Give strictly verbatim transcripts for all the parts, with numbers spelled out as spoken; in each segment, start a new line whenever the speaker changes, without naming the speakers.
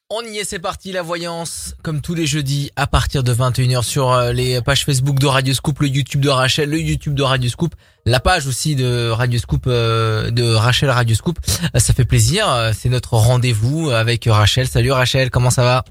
On y est, c'est parti, la voyance, comme tous les jeudis, à partir de vingt et une heures sur euh, les pages Facebook de Radio Scoop, le YouTube de Rachel, le YouTube de Radio Scoop, la page aussi de Radio Scoop, euh, de Rachel Radio Scoop. Euh, ça fait plaisir, euh, c'est notre rendez-vous avec Rachel. Salut Rachel, comment ça va?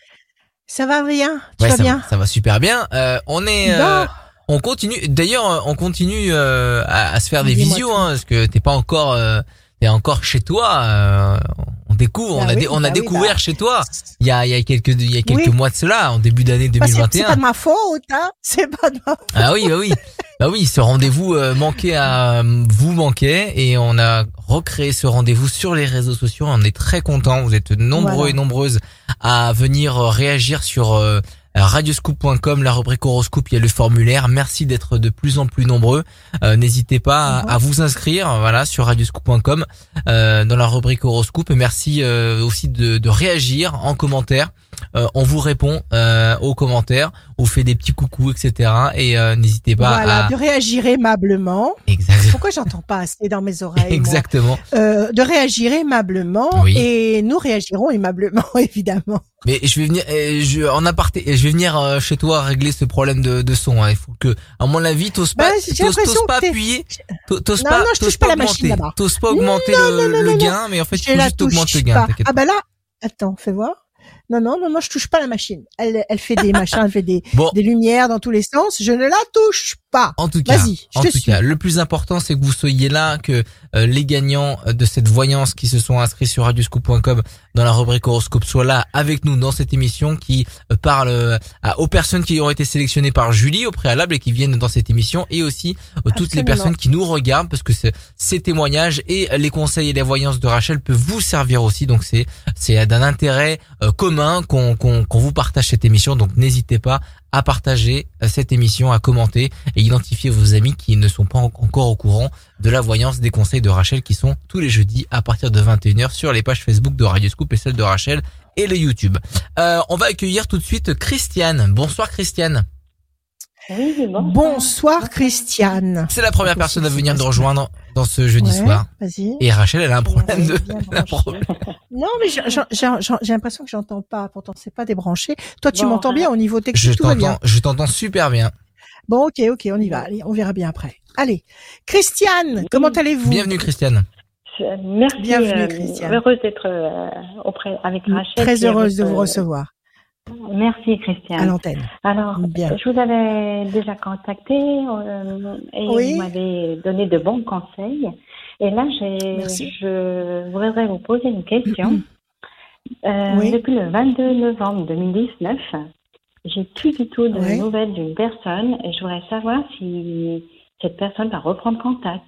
Ça va bien, tu
ouais,
vas
ça
bien
va, ça va super bien. Euh, on est... Euh, on continue, d'ailleurs, on continue euh, à, à se faire des
Dis-moi
visios,
tout.
hein, parce que t'es pas encore... Euh, t'es encore chez toi. Euh, on découvre,
Bah
on a,
oui,
dé- on a
bah oui,
découvert
bah.
chez toi. Il y a, il y a quelques, il y a quelques
Oui.
mois de cela, en début d'année
Bah, c'est, c'est
deux mille vingt et un.
pas de ma faute, hein. C'est pas de ma faute.
Ah oui, bah oui, bah oui, ce rendez-vous euh, manquait à vous manquait et on a recréé ce rendez-vous sur les réseaux sociaux. On est très contents. Vous êtes nombreux
Voilà.
et nombreuses à venir euh, réagir sur euh, radioscoop point com, la rubrique horoscope. Il y a le formulaire. Merci d'être de plus en plus nombreux. Euh, n'hésitez pas à, à vous inscrire, voilà, sur radioscoop point com euh, dans la rubrique horoscope. Et merci euh, aussi de, de réagir en commentaire. Euh, on vous répond euh, aux commentaires, on fait des petits coucous, et cetera. Et euh, n'hésitez pas
Voilà,
à...
de réagir aimablement.
Exactement.
Pourquoi j'entends pas assez dans mes oreilles moi
Exactement.
euh, De réagir aimablement
Oui.
et nous réagirons aimablement, évidemment.
Mais je vais venir, euh, je, en aparté, je vais venir euh, chez toi régler ce problème de, de son. Hein. Il faut que, à mon avis, t'oses pas,
Bah, j'ai
t'oses,
l'impression
t'oses pas
que t'es-
appuyer, t'oses t'oses
Non,
pas,
non, je touche
t'oses
pas la
augmenter,
machine là-bas.
t'oses pas augmenter
Non,
le,
non, non,
le
non,
gain, mais en fait, il
Je
faut
la
juste augmenter
touche
le gain.
pas.
T'inquiète
Ah
pas.
bah là, attends, fais voir. Non, non, non, non, je touche pas la machine. Elle, elle fait des machins, elle fait des,
Bon,
des lumières dans tous les sens. Je ne la touche pas.
en tout cas,
Vas-y, je
en
te
tout
suis.
cas, le plus important, c'est que vous soyez là, que euh, les gagnants de cette voyance qui se sont inscrits sur radioscoop point com dans la rubrique horoscope soient là avec nous dans cette émission qui euh, parle euh, à- aux personnes qui ont été sélectionnées par Julie au préalable et qui viennent dans cette émission, et aussi euh, toutes les
Absolument.
personnes qui nous regardent, parce que c'est- ces témoignages et les conseils et les voyances de Rachel peuvent vous servir aussi. Donc c'est c'est d'un intérêt euh, commun qu'on qu'on qu'on vous partage cette émission. Donc n'hésitez pas à partager euh, cette émission, à commenter et identifier vos amis qui ne sont pas en- encore au courant de la voyance des conseils de Rachel qui sont tous les jeudis à partir de vingt et une heures sur les pages Facebook de Radio Scoop et celle de Rachel et le YouTube. Euh, on va accueillir tout de suite Christiane. Bonsoir Christiane.
Oui, bonsoir.
Bonsoir, Christiane.
C'est la première
C'est
personne à
possible,
venir
c'est
nous
possible.
rejoindre dans ce jeudi
Ouais,
soir.
Vas-y.
Et Rachel, elle a un problème de...
Ouais, bien
elle a un
branché.
problème.
Non, mais j'ai, j'ai, j'ai, j'ai l'impression que j'entends pas. Pourtant, c'est pas débranché. Toi, tu
Bon,
m'entends
euh,
bien au niveau technique,
Je
tout va bien.
t'entends, je t'entends super bien.
Bon, ok, ok, on y va. Allez, on verra bien après. Allez, Christiane, comment allez-vous?
Bienvenue Christiane.
Je- Merci.
Bienvenue,
euh,
Christiane.
heureuse d'être euh, auprès avec Rachel.
Très
qui est
heureuse de
votre-
vous recevoir
Merci
à
Christiane.
l'antenne.
Alors,
Bien.
je vous avais déjà contacté euh, et
Oui.
vous m'avez donné de bons conseils. Et là, j'ai,
Merci.
je voudrais vous poser une question. Euh,
Oui.
Depuis le vingt-deux novembre deux mille dix-neuf, j'ai plus du tout de
Oui.
nouvelles d'une personne et je voudrais savoir si cette personne va reprendre contact.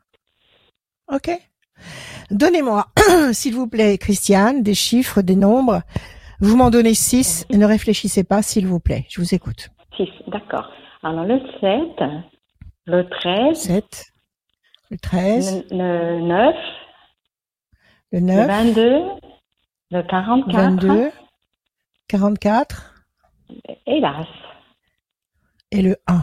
Ok. Donnez-moi, s'il vous plaît, Christiane, des chiffres, des nombres. Vous m'en donnez six. Ne réfléchissez pas, s'il vous plaît. Je vous écoute.
Six, d'accord. Alors le sept, le treize,
sept, le treize,
le, le neuf,
le
le
neuf,
vingt-deux, le quarante-quatre
vingt-deux, quarante-quatre
et l'as.
et le un.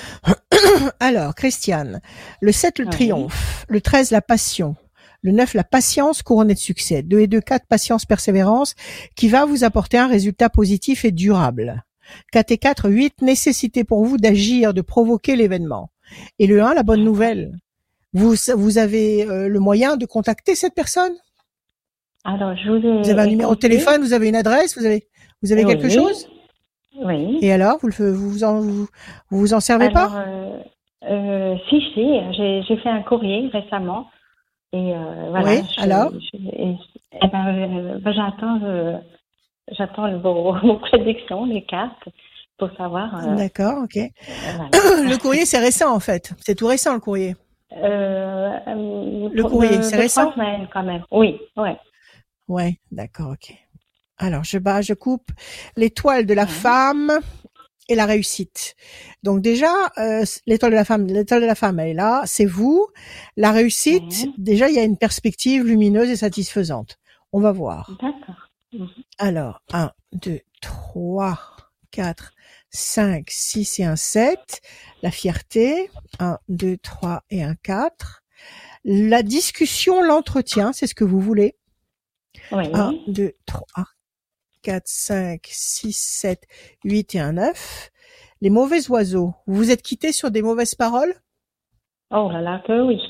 Alors, Christiane, le sept, le
Oui.
triomphe, le treize, la passion, le neuf, la patience couronnée de succès, deux et deux, quatre, patience, persévérance, qui va vous apporter un résultat positif et durable. quatre et quatre, huit, nécessité pour vous d'agir, de provoquer l'événement. Et le un, la bonne nouvelle. Vous, vous avez euh, le moyen de contacter cette personne?
Alors je vous ai.
Vous avez un numéro de
écouté.
téléphone, vous avez une adresse, vous avez, vous avez
Oui.
quelque chose?
Oui.
Et alors, vous le, fe- vous vous en, vous, vous vous en servez
Alors,
pas?
euh, euh, si, si, j'ai, j'ai fait un courrier récemment. Et euh, voilà.
Oui,
je-
alors
je- et- eh ben, euh, ben, j'attends, euh, j'attends vos, vos prédictions, les cartes, pour savoir. euh,
D'accord, ok.
euh, voilà.
Le courrier, c'est récent en fait. C'est tout récent le courrier.
Euh, euh,
Le
pour-
courrier,
de-
c'est
de
récent?
trois semaines quand même. Oui, ouais.
Ouais, d'accord, ok. Alors, je bats, je coupe l'étoile de la
Ouais.
femme et la réussite. Donc déjà, euh, l'étoile de la femme, l'étoile de la femme, elle est là, c'est vous. La réussite,
Ouais.
déjà, il y a une perspective lumineuse et satisfaisante. On va voir.
D'accord. Mhm.
Alors, un, deux, trois, quatre, cinq, six et un sept. La fierté, un, deux, trois et un quatre. La discussion, l'entretien, c'est ce que vous voulez.
Oui.
un, deux, trois, quatre, cinq, six, sept, huit et un neuf. Les mauvais oiseaux. Vous vous êtes quitté sur des mauvaises paroles?
Oh là là, que oui.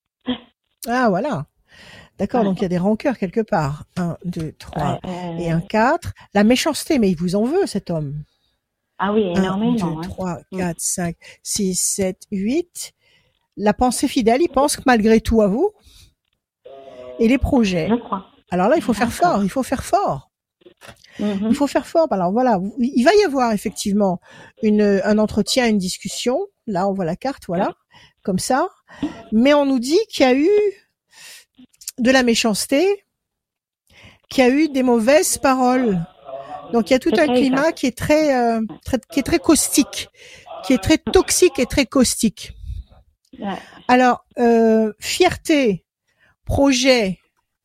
Ah, voilà. D'accord,
Ouais.
donc il y a des rancœurs quelque part. Un, deux, trois
Euh,
et un quatre. La méchanceté, mais il vous en veut, cet homme.
Ah oui,
un,
énormément.
deux,
hein.
trois,
Mm.
quatre, cinq, six, sept, huit. La pensée fidèle, il pense que malgré tout à vous. Et les projets.
Je crois.
Alors là, il faut faire
D'accord.
fort, il faut faire fort.
Mhm.
Il faut faire fort. Alors voilà, vous- il va y avoir effectivement une, un entretien, une discussion. Là, on voit la carte, voilà, comme ça. Mais on nous dit qu'il y a eu de la méchanceté, qu'il y a eu des mauvaises paroles. Donc il y a tout
C'est
un
très
climat
exact.
qui est très, euh, très, qui est très caustique, qui est très toxique et très caustique.
Ouais.
Alors euh, fierté, projet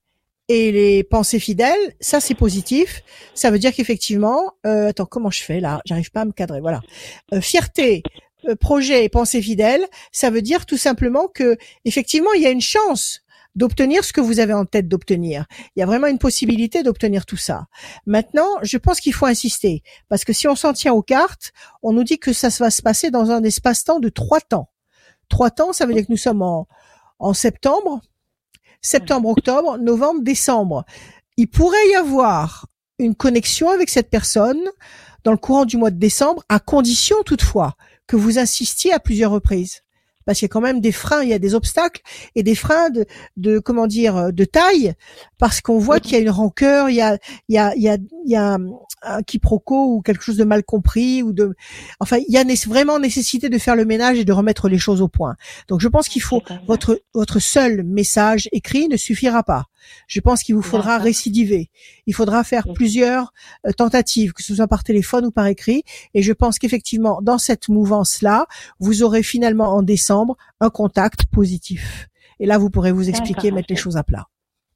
et les pensées fidèles, ça c'est positif. Ça veut dire qu'effectivement, euh, attends, comment je fais là? J'arrive pas à me cadrer. Voilà. Euh, fierté, euh, projet et pensée fidèle, ça veut dire tout simplement que effectivement il y a une chance d'obtenir ce que vous avez en tête d'obtenir. Il y a vraiment une possibilité d'obtenir tout ça. Maintenant, je pense qu'il faut insister parce que si on s'en tient aux cartes, on nous dit que ça va se passer dans un espace-temps de trois temps. Trois temps, ça veut dire que nous sommes en, en septembre, septembre, octobre, novembre, décembre. Il pourrait y avoir une connexion avec cette personne dans le courant du mois de décembre, à condition toutefois que vous insistiez à plusieurs reprises. Parce qu'il y a quand même des freins, il y a des obstacles et des freins de, de comment dire, de taille, parce qu'on voit qu'il y a une rancœur, il y a, il y a, il y a, il y a un, un quiproquo ou quelque chose de mal compris ou de, enfin, il y a né- vraiment nécessité de faire le ménage et de remettre les choses au point. Donc, je pense qu'il faut
C'est exact.
votre votre seul message écrit ne suffira pas. Je pense qu'il vous faudra
D'accord.
récidiver. Il faudra faire
Oui.
plusieurs euh, tentatives, que ce soit par téléphone ou par écrit. Et je pense qu'effectivement, dans cette mouvance-là, vous aurez finalement en décembre un contact positif. Et là, vous pourrez vous expliquer,
D'accord,
mettre les
ok.
choses à plat.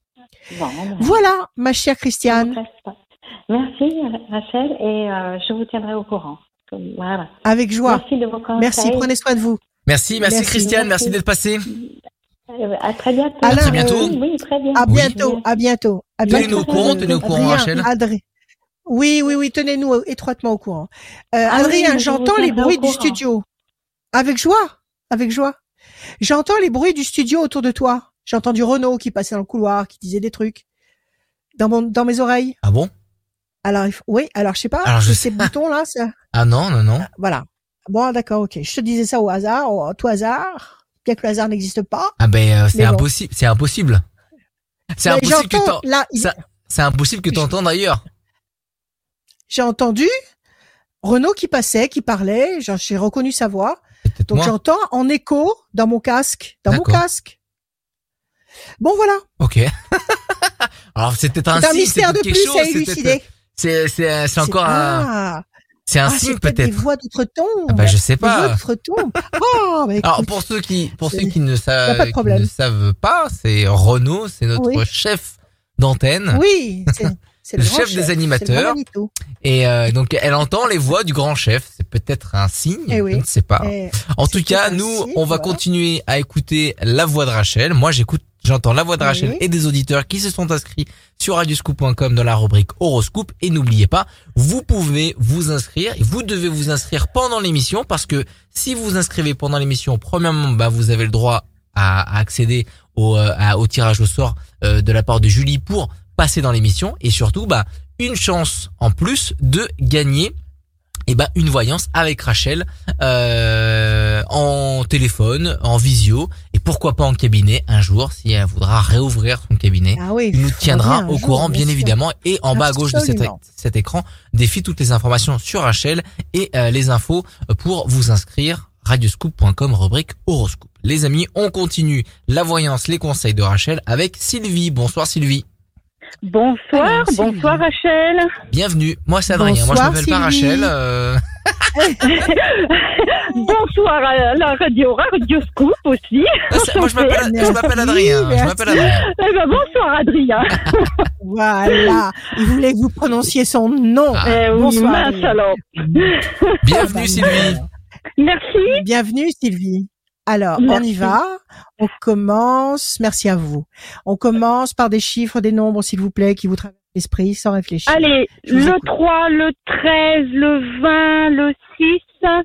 Bon, ben,
Voilà, ma chère
je
Christiane.
vous reste pas. Merci Rachel et euh, je vous tiendrai au courant. Voilà.
Avec joie.
Merci de vos conseils.
Merci, prenez soin de vous.
Merci, merci,
Merci.
Christiane, merci
Merci.
d'être passée.
Euh, À très bientôt.
Alain,
À très bientôt.
Oui, oui, très bien.
À
Oui.
bientôt, à bientôt. À
Tenez-nous
bientôt.
au courant, tenez au courant,
Adrien,
Rachel.
Adri- Oui, oui, oui, tenez-nous étroitement au courant. Euh,
Ah oui,
Adrien,
mais je
j'entends
vous
les
tiendrai au
bruits du
courant.
studio. Avec joie, avec joie. J'entends les bruits du studio autour de toi. J'ai entendu Renaud qui passait dans le couloir, qui disait des trucs dans mon, dans mes oreilles.
Ah bon?
Alors, il faut- oui, alors je sais pas,
Alors, je
c'est
sais-
ces boutons-là, ça.
Ah non, non, non.
Voilà. Bon, d'accord, ok. Je te disais ça au hasard, au tout hasard. Bien que le hasard n'existe pas.
Ah ben, euh, c'est
Mais bon.
impossible, c'est impossible. C'est
Mais
impossible que
j'entends,
t'en-
là, il-
ça- c'est impossible que t'entendes ailleurs.
j'ai entendu Renaud qui passait, qui parlait, genre, j'ai reconnu sa voix.
Peut-être
Donc
moi.
j'entends en écho dans mon casque, dans mon
D'accord.
casque. Bon voilà,
Ok. Alors c'est peut-être un
c'est un
signe, c'est
mystère de
peut-être
plus
quelque chose,
à
c'est
élucider.
peut-être- c'est c'est c'est encore un
ah,
c'est un
ah,
signe
c'est peut-être des
peut-être.
voix d'outre-tombe.
Ah bah, je sais
Des voix
pas.
d'outre-tombe. Oh, bah,
Alors
écoute,
pour ceux qui pour
c'est-
ceux qui ne
y a
savent
pas de
qui
problème.
ne savent pas, c'est Renaud, c'est notre
Oui.
chef d'antenne.
oui, c'est, c'est le,
Le
grand
chef des
c'est le
animateurs.
grand Manitou.
Et euh, donc elle entend les voix du grand chef. C'est peut-être un signe,
Eh oui.
je ne sais pas.
Et
En
c'est
tout cas,
peut-être un
nous,
signe,
on va
voilà.
continuer à écouter la voix de Rachel. Moi, j'écoute, j'entends la voix de Rachel
Oui.
et des auditeurs qui se sont inscrits sur radioscoop point com dans la rubrique horoscope. Et n'oubliez pas, vous pouvez vous inscrire et vous devez vous inscrire pendant l'émission parce que si vous vous inscrivez pendant l'émission, premièrement, bah, vous avez le droit à, à accéder au, euh, à- au tirage au sort euh, de la part de Julie pour passer dans l'émission et surtout, bah, une chance en plus de gagner eh ben une voyance avec Rachel euh, en téléphone, en visio et pourquoi pas en cabinet un jour si elle voudra réouvrir son cabinet.
Ah oui,
Il nous
faut
tiendra
bien un
au
jour,
courant bien
sûr.
évidemment et en bas à gauche de cet,
Absolument.
cet écran défile toutes les informations sur Rachel et euh, les infos pour vous inscrire radioscoop point com rubrique horoscope. Les amis, on continue la voyance, les conseils de Rachel avec Sylvie. Bonsoir Sylvie.
Bonsoir,
Alors, Sylvie.
bonsoir Rachel.
Bienvenue. Moi c'est Adrien. Moi je
Bonsoir,
m'appelle pas
Sylvie.
Rachel. euh,
Bonsoir à la radio Radioscoop aussi.
Ah, c'est- moi je m'appelle je m'appelle Adrien. Je
Merci.
m'appelle Adrien.
Eh ben, bonsoir Adrien.
Voilà. Il voulait que vous prononciez son nom.
Ah.
Eh oui,
Bonsoir,
mince
Adrien.
alors.
Bienvenue Sylvie.
Merci.
Bienvenue Sylvie. Alors, on
Merci.
y va. On commence. Merci à vous. On commence par des chiffres, des nombres, s'il vous plaît, qui vous traversent esprit, sans réfléchir.
Allez,
Je vous
le
écoute.
trois, le treize, le vingt, le six,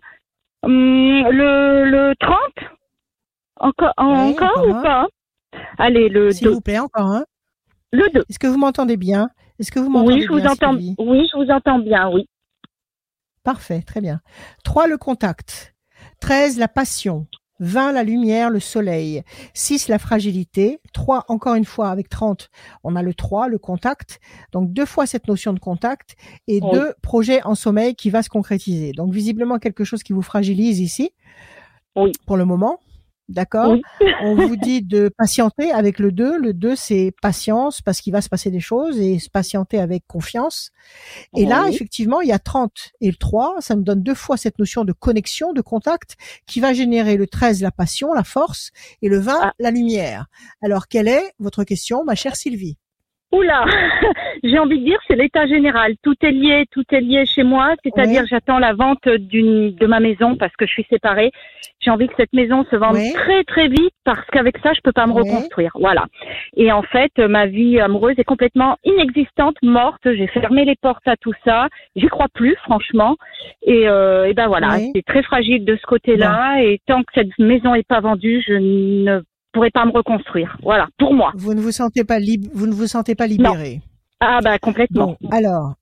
hum, le, le trente. Encore,
Oui,
encore
encore
ou
un.
pas? Allez, le
S'il
deux.
vous plaît, encore un.
Le deux.
Est-ce que vous m'entendez bien? Est-ce que vous m'entendez
Oui, je vous
bien,
entends.
Sylvie?
Oui, je vous entends bien, oui.
Parfait, très bien. trois, le contact. treize, la passion. vingt, la lumière, le soleil. six, la fragilité. trois, encore une fois, avec trente, on a le trois, le contact. Donc, deux fois cette notion de contact. Et
Oui.
deux, projet en sommeil qui va se concrétiser. Donc, visiblement, quelque chose qui vous fragilise ici.
Oui.
Pour le moment. D'accord?
Oui.
On vous dit de patienter avec le deux. Le deux, c'est patience parce qu'il va se passer des choses et se patienter avec confiance. Et là,
Oui.
effectivement, il y a trente et le trois, ça nous donne deux fois cette notion de connexion, de contact, qui va générer le treize, la passion, la force, et le vingt,
Ah.
la lumière. Alors, quelle est votre question, ma chère Sylvie?
Oula, j'ai envie de dire c'est l'état général. Tout est lié, tout est lié chez moi. C'est-à-dire
Oui.
j'attends la vente d'une de ma maison parce que je suis séparée. J'ai envie que cette maison se vende
Oui.
très très vite parce qu'avec ça je peux pas me
Oui.
reconstruire. Voilà. Et en fait ma vie amoureuse est complètement inexistante, morte. J'ai fermé les portes à tout ça. J'y crois plus franchement. Et, euh, et ben voilà,
Oui.
c'est très fragile de ce côté-là. Et tant que cette maison est pas vendue, je ne pourrais pas me reconstruire. Voilà, pour moi.
Vous ne vous sentez pas lib- vous ne vous sentez pas libéré.
Ah bah complètement.
Bon, alors,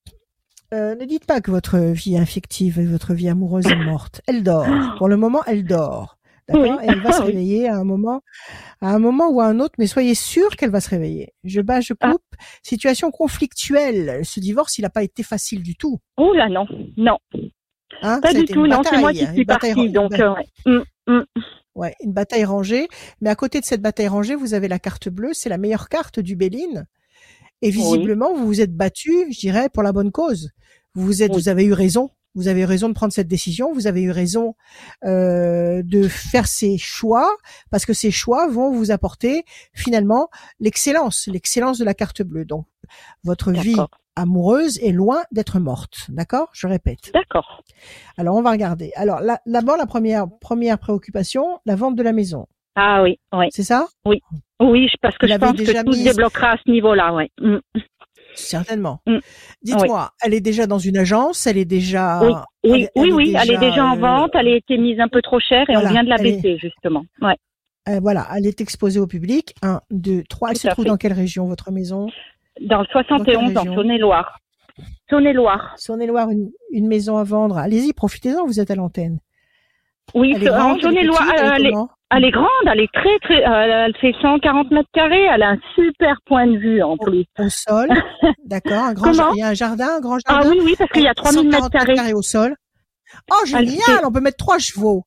euh, ne dites pas que votre vie affective et votre vie amoureuse est morte. Elle dort. Pour le moment, elle dort. D'accord?
Oui.
Et elle va se
Oui.
réveiller à un moment, à un moment ou à un autre, mais soyez sûr qu'elle va se réveiller. Je bats, je coupe. Situation conflictuelle. Ce divorce, il n'a pas été facile du tout.
Oh là non, non,
Hein?
pas
Ça a
du
été
tout.
une
Non, c'est moi
bataille,
qui
hein,
suis
une bataille,
partie.
une
Donc,
ba-
euh, ouais. Hum, hum.
ouais, une bataille rangée. Mais à côté de cette bataille rangée, vous avez la carte bleue. C'est la meilleure carte du Béline. Et visiblement, vous vous êtes battu, je dirais, pour la bonne cause. Vous vous êtes,
Oui.
vous avez eu raison. Vous avez eu raison de prendre cette décision. Vous avez eu raison euh, de faire ces choix parce que ces choix vont vous apporter finalement l'excellence, l'excellence de la carte bleue. Donc, votre vie
D'accord.
amoureuse est loin d'être morte. D'accord? Je répète.
D'accord.
Alors, on va regarder. Alors, là, d'abord, la première première préoccupation, la vente de la maison.
Ah oui, oui,
C'est ça?
oui, je- parce que
Vous
je
l'avez
pense
déjà
que tout se
mise-
débloquera à ce niveau-là, ouais. Hum.
Certainement.
Mm.
Dites-moi, elle est déjà dans une agence, elle est déjà.
Oui, oui,
elle- elle
oui,
est
oui, elle est déjà en
euh,
vente, elle a été mise un peu trop chère et
voilà,
on vient de la
elle est-
baisser justement. Ouais.
euh, voilà, elle est exposée au public. Un, deux, trois. Elle
Tout
se
à
trouve
fait.
dans quelle région, votre maison?
Dans le soixante et onze,
Dans
en
quelle région
Saône-et-Loire. Saône-et-Loire.
Saône-et-Loire, une, une maison à vendre. Allez-y, profitez-en, vous êtes à l'antenne.
Oui,
Elle est
en
grande, elle est
Saône-et-Loire,
petite, elle est
elle est,
comment?
elle est grande, elle est très très, euh, elle fait cent quarante mètres carrés, elle a un super point de vue en plus.
Au sol, d'accord. Un grand,
Comment
jar- il y a un jardin, un grand
Ah
jardin.
oui, oui, parce qu'il y a trois mille mètres
cent quarante
carrés.
au sol. Oh, génial!
c'est-
On peut mettre trois chevaux.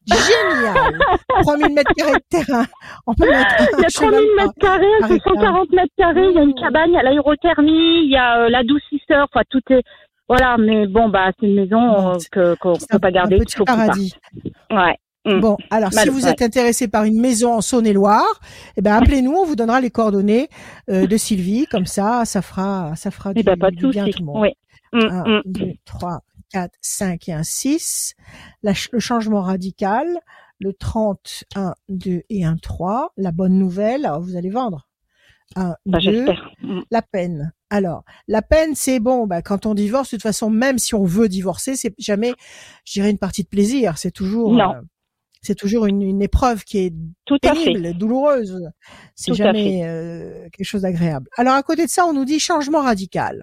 Génial! trois mille mètres carrés de terrain. On peut mettre un
Il y a
cheval
trois mille
par-
mètres carrés, elle
par
fait
hectare.
cent quarante mètres carrés, il y a une cabane, il y a l'aérothermie, il y a euh, l'adoucisseur, enfin tout est, voilà, mais bon, bah, c'est une maison
Bon,
euh,
c'est-
que, qu'on
C'est
peut
un,
pas garder,
un
qu'il
petit
faut qu'il parte.
paradis.
Ouais. Mm.
Bon, alors si
Mal-
vous
ouais.
êtes intéressé par une maison en Saône-et-Loire, eh ben appelez-nous, on vous donnera les coordonnées euh, de Sylvie, comme ça, ça fera, ça fera
Eh
du,
ben, pas de
du bien à
souci.
tout le monde.
Oui. Mm,
Un,
mm.
deux, trois, quatre, cinq et un six. La ch- le changement radical, le trente, un, deux et un, trois. La bonne nouvelle, alors vous allez vendre. Un,
Bah,
deux.
j'espère. Mm.
La peine. Alors, la peine, c'est bon, bah, quand on divorce, de toute façon, même si on veut divorcer, c'est jamais, je dirais, une partie de plaisir. C'est toujours,
Non.
euh, c'est toujours une, une épreuve qui est
Tout à fait.
pénible, douloureuse. C'est
Tout à
jamais euh, quelque chose d'agréable. Alors, à côté de ça, on nous dit changement radical.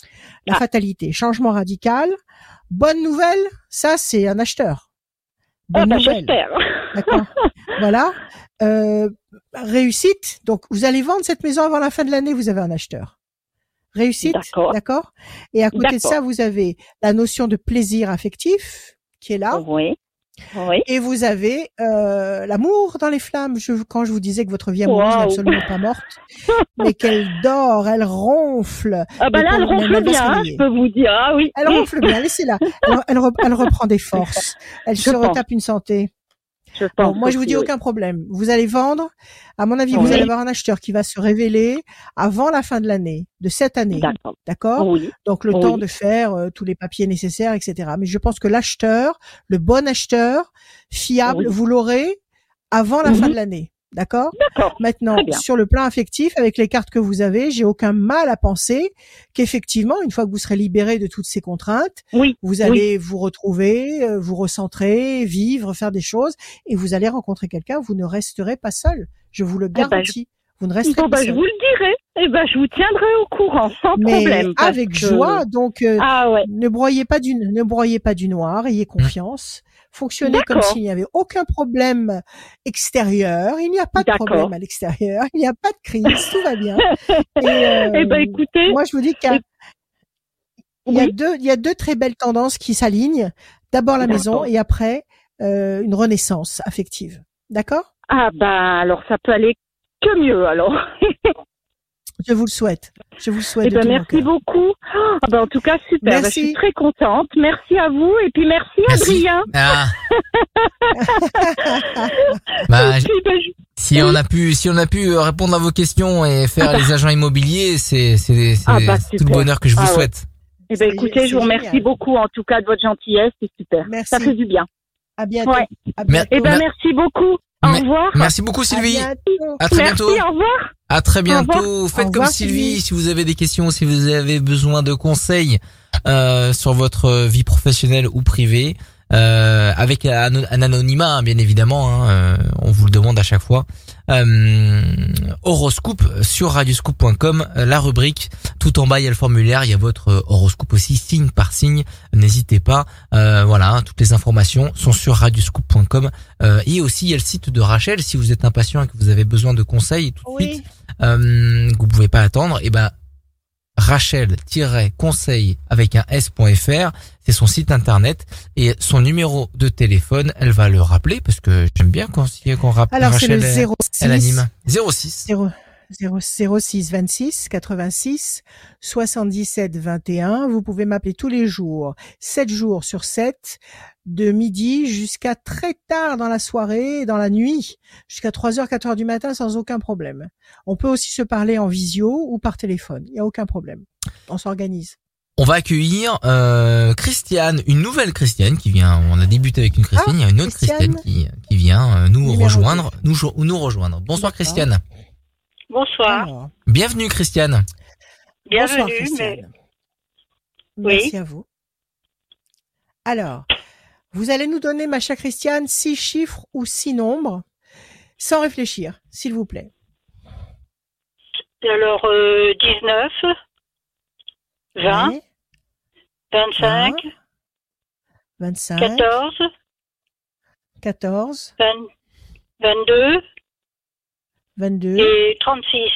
La
Ah.
fatalité, changement radical. Bonne nouvelle, ça, c'est un acheteur.
Ah,
Bonne
bah,
nouvelle.
j'espère.
D'accord. Voilà. Euh, réussite. Donc, vous allez vendre cette maison avant la fin de l'année, vous avez un acheteur. Réussite.
D'accord.
D'accord. Et à côté de
D'accord.
ça, vous avez la notion de plaisir affectif qui est là.
Oui. Oui.
Et vous avez euh, l'amour dans les flammes. Je, quand je vous disais que votre vie amoureuse n'est
Waouh.
absolument pas morte, mais qu'elle dort, elle ronfle.
Ah, bah
Mais
là,
pour-
elle
mais
ronfle
elle va se
bien, hein,
réveiller.
je peux vous dire. Ah oui.
Elle ronfle bien, laissez-la. Elle, elle, re- elle reprend des forces. Elle
Je
se
pense.
retape une santé.
Je
Bon,
pense.
moi, je vous
aussi,
dis
oui.
aucun problème. Vous allez vendre. À mon avis, vous
Oui.
allez avoir un acheteur qui va se révéler avant la fin de l'année, de cette année.
D'accord.
D'accord?
Oui.
Donc, le
Oui.
temps de faire euh, tous les papiers nécessaires, et cetera. Mais je pense que l'acheteur, le bon acheteur, fiable,
Oui.
vous l'aurez avant la
Mhm.
fin de l'année. D'accord?
D'accord.
Maintenant,
Très bien.
sur le plan affectif, avec les cartes que vous avez, j'ai aucun mal à penser qu'effectivement, une fois que vous serez libéré de toutes ces contraintes,
Oui.
vous allez vous retrouver, euh, vous recentrer, vivre, faire des choses, et vous allez rencontrer quelqu'un. Vous ne resterez pas seul. Je vous le
ben,
garantis. Vous ne resterez
Bon,
pas
bah, je
seul.
vous le dirai. Eh ben, je vous tiendrai au courant, sans
Mais
problème. parce
avec
que-
joie. Donc, euh,
Ah ouais.
ne broyez pas du, ne broyez pas du noir. Ayez confiance. Fonctionnez comme
D'accord.
s'il n'y avait aucun problème extérieur. Il n'y a pas de
D'accord.
problème à l'extérieur. Il n'y a pas de crise. Tout va bien. Et, euh,
Eh ben, écoutez.
moi, je vous dis qu'il y a,
Et-
il y a
Oui.
deux, il y a deux très belles tendances qui s'alignent. D'abord la maison
D'accord.
et après euh, une renaissance affective. D'accord?
Ah, bah, alors, ça peut aller que mieux, alors.
Je vous le souhaite. Je vous le souhaite
Eh
de
ben,
tout mon
merci
cœur.
beaucoup. Ah, ben, en tout cas, super. Ben, je
Merci.
suis très contente. Merci à vous. Et puis, merci,
Merci.
Adrien.
Ah. Bah,
Et puis, ben, je-
si on a pu, si on a pu répondre à vos questions et faire
Ah bah.
les agents immobiliers, c'est, c'est, c'est
Ah bah,
tout le
super.
bonheur que je vous
Ah ouais.
souhaite.
Eh ben,
C'est-
écoutez, je vous
c'est
remercie
génial.
beaucoup, en tout cas, de votre gentillesse. C'est super.
Merci.
Ça fait du bien.
À bientôt.
Ouais.
À
Mer-
bientôt.
Eh ben,
Mer-
merci beaucoup. Au
Mer-
revoir.
Merci beaucoup
À
Sylvie.
bientôt.
À très
Merci,
bientôt.
au revoir.
À très
revoir.
bientôt. Faites
Au
comme
revoir,
Sylvie,
Sylvie.
si vous avez des questions, si vous avez besoin de conseils euh, sur votre vie professionnelle ou privée, euh, avec un, un anonymat, hein, bien évidemment, hein, euh, on vous le demande à chaque fois. Euh, horoscope sur radioscope point com, euh, la rubrique tout en bas, il y a le formulaire, il y a votre euh, horoscope aussi, signe par signe, n'hésitez pas. Euh, voilà, hein, toutes les informations sont sur radioscope point com, euh, et aussi il y a le site de Rachel, si vous êtes impatient et que vous avez besoin de conseils tout de
Oui.
suite, euh, que vous pouvez pas attendre, et ben Rachel-conseil avec un s.fr, c'est son site internet, et son numéro de téléphone, elle va le rappeler parce que j'aime bien quand qu'on rappelle.
Alors, c'est
Rachel,
le
elle,
zéro
elle anime
six
zéro six
zéro zéro zéro six vingt-six quatre-vingt-six soixante-dix-sept vingt et un. Vous pouvez m'appeler tous les jours, sept jours sur sept, de midi jusqu'à très tard dans la soirée, dans la nuit, jusqu'à trois heures, quatre heures du matin sans aucun problème. On peut aussi se parler en visio ou par téléphone. Il n'y a aucun problème. On s'organise.
On va accueillir euh, Christiane, une nouvelle Christiane qui vient. On a débuté avec une Christiane,
Ah,
il y a une autre
Christiane.
Christiane qui qui vient euh, nous
Numéro
rejoindre, nous jo- nous rejoindre. Bonsoir
D'accord.
Christiane.
Bonsoir.
Alors,
Bienvenue Christiane.
bonsoir
Bienvenue.
Christiane.
Oui.
Merci à vous. Alors, vous allez nous donner, ma chère Christiane, six chiffres ou six nombres, sans réfléchir, s'il vous plaît.
Mais alors, euh, dix-neuf, vingt,
Oui.
vingt-cinq,
vingt-cinq,
quatorze,
quatorze,
vingt, vingt-deux
vingt-deux
et trente-six.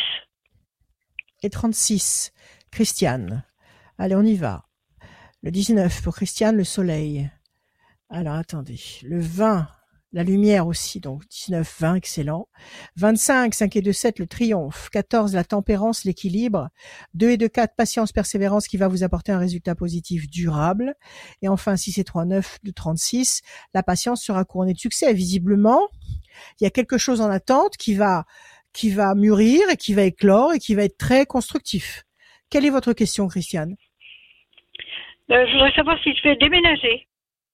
et trente-six. Christiane. Allez, on y va. Le dix-neuf pour Christiane, le soleil. Alors, attendez. Le vingt, la lumière aussi, donc dix-neuf, vingt, excellent. vingt-cinq, cinq et deux, sept, le triomphe. quatorze, la tempérance, l'équilibre. deux et deux, quatre, patience, persévérance qui va vous apporter un résultat positif durable. Et enfin, six et trois, neuf, de trente-six, la patience sera couronnée de succès. Visiblement, il y a quelque chose en attente qui va, qui va mûrir et qui va éclore et qui va être très constructif. Quelle est votre question, Christiane?
Euh, je voudrais savoir si je vais déménager.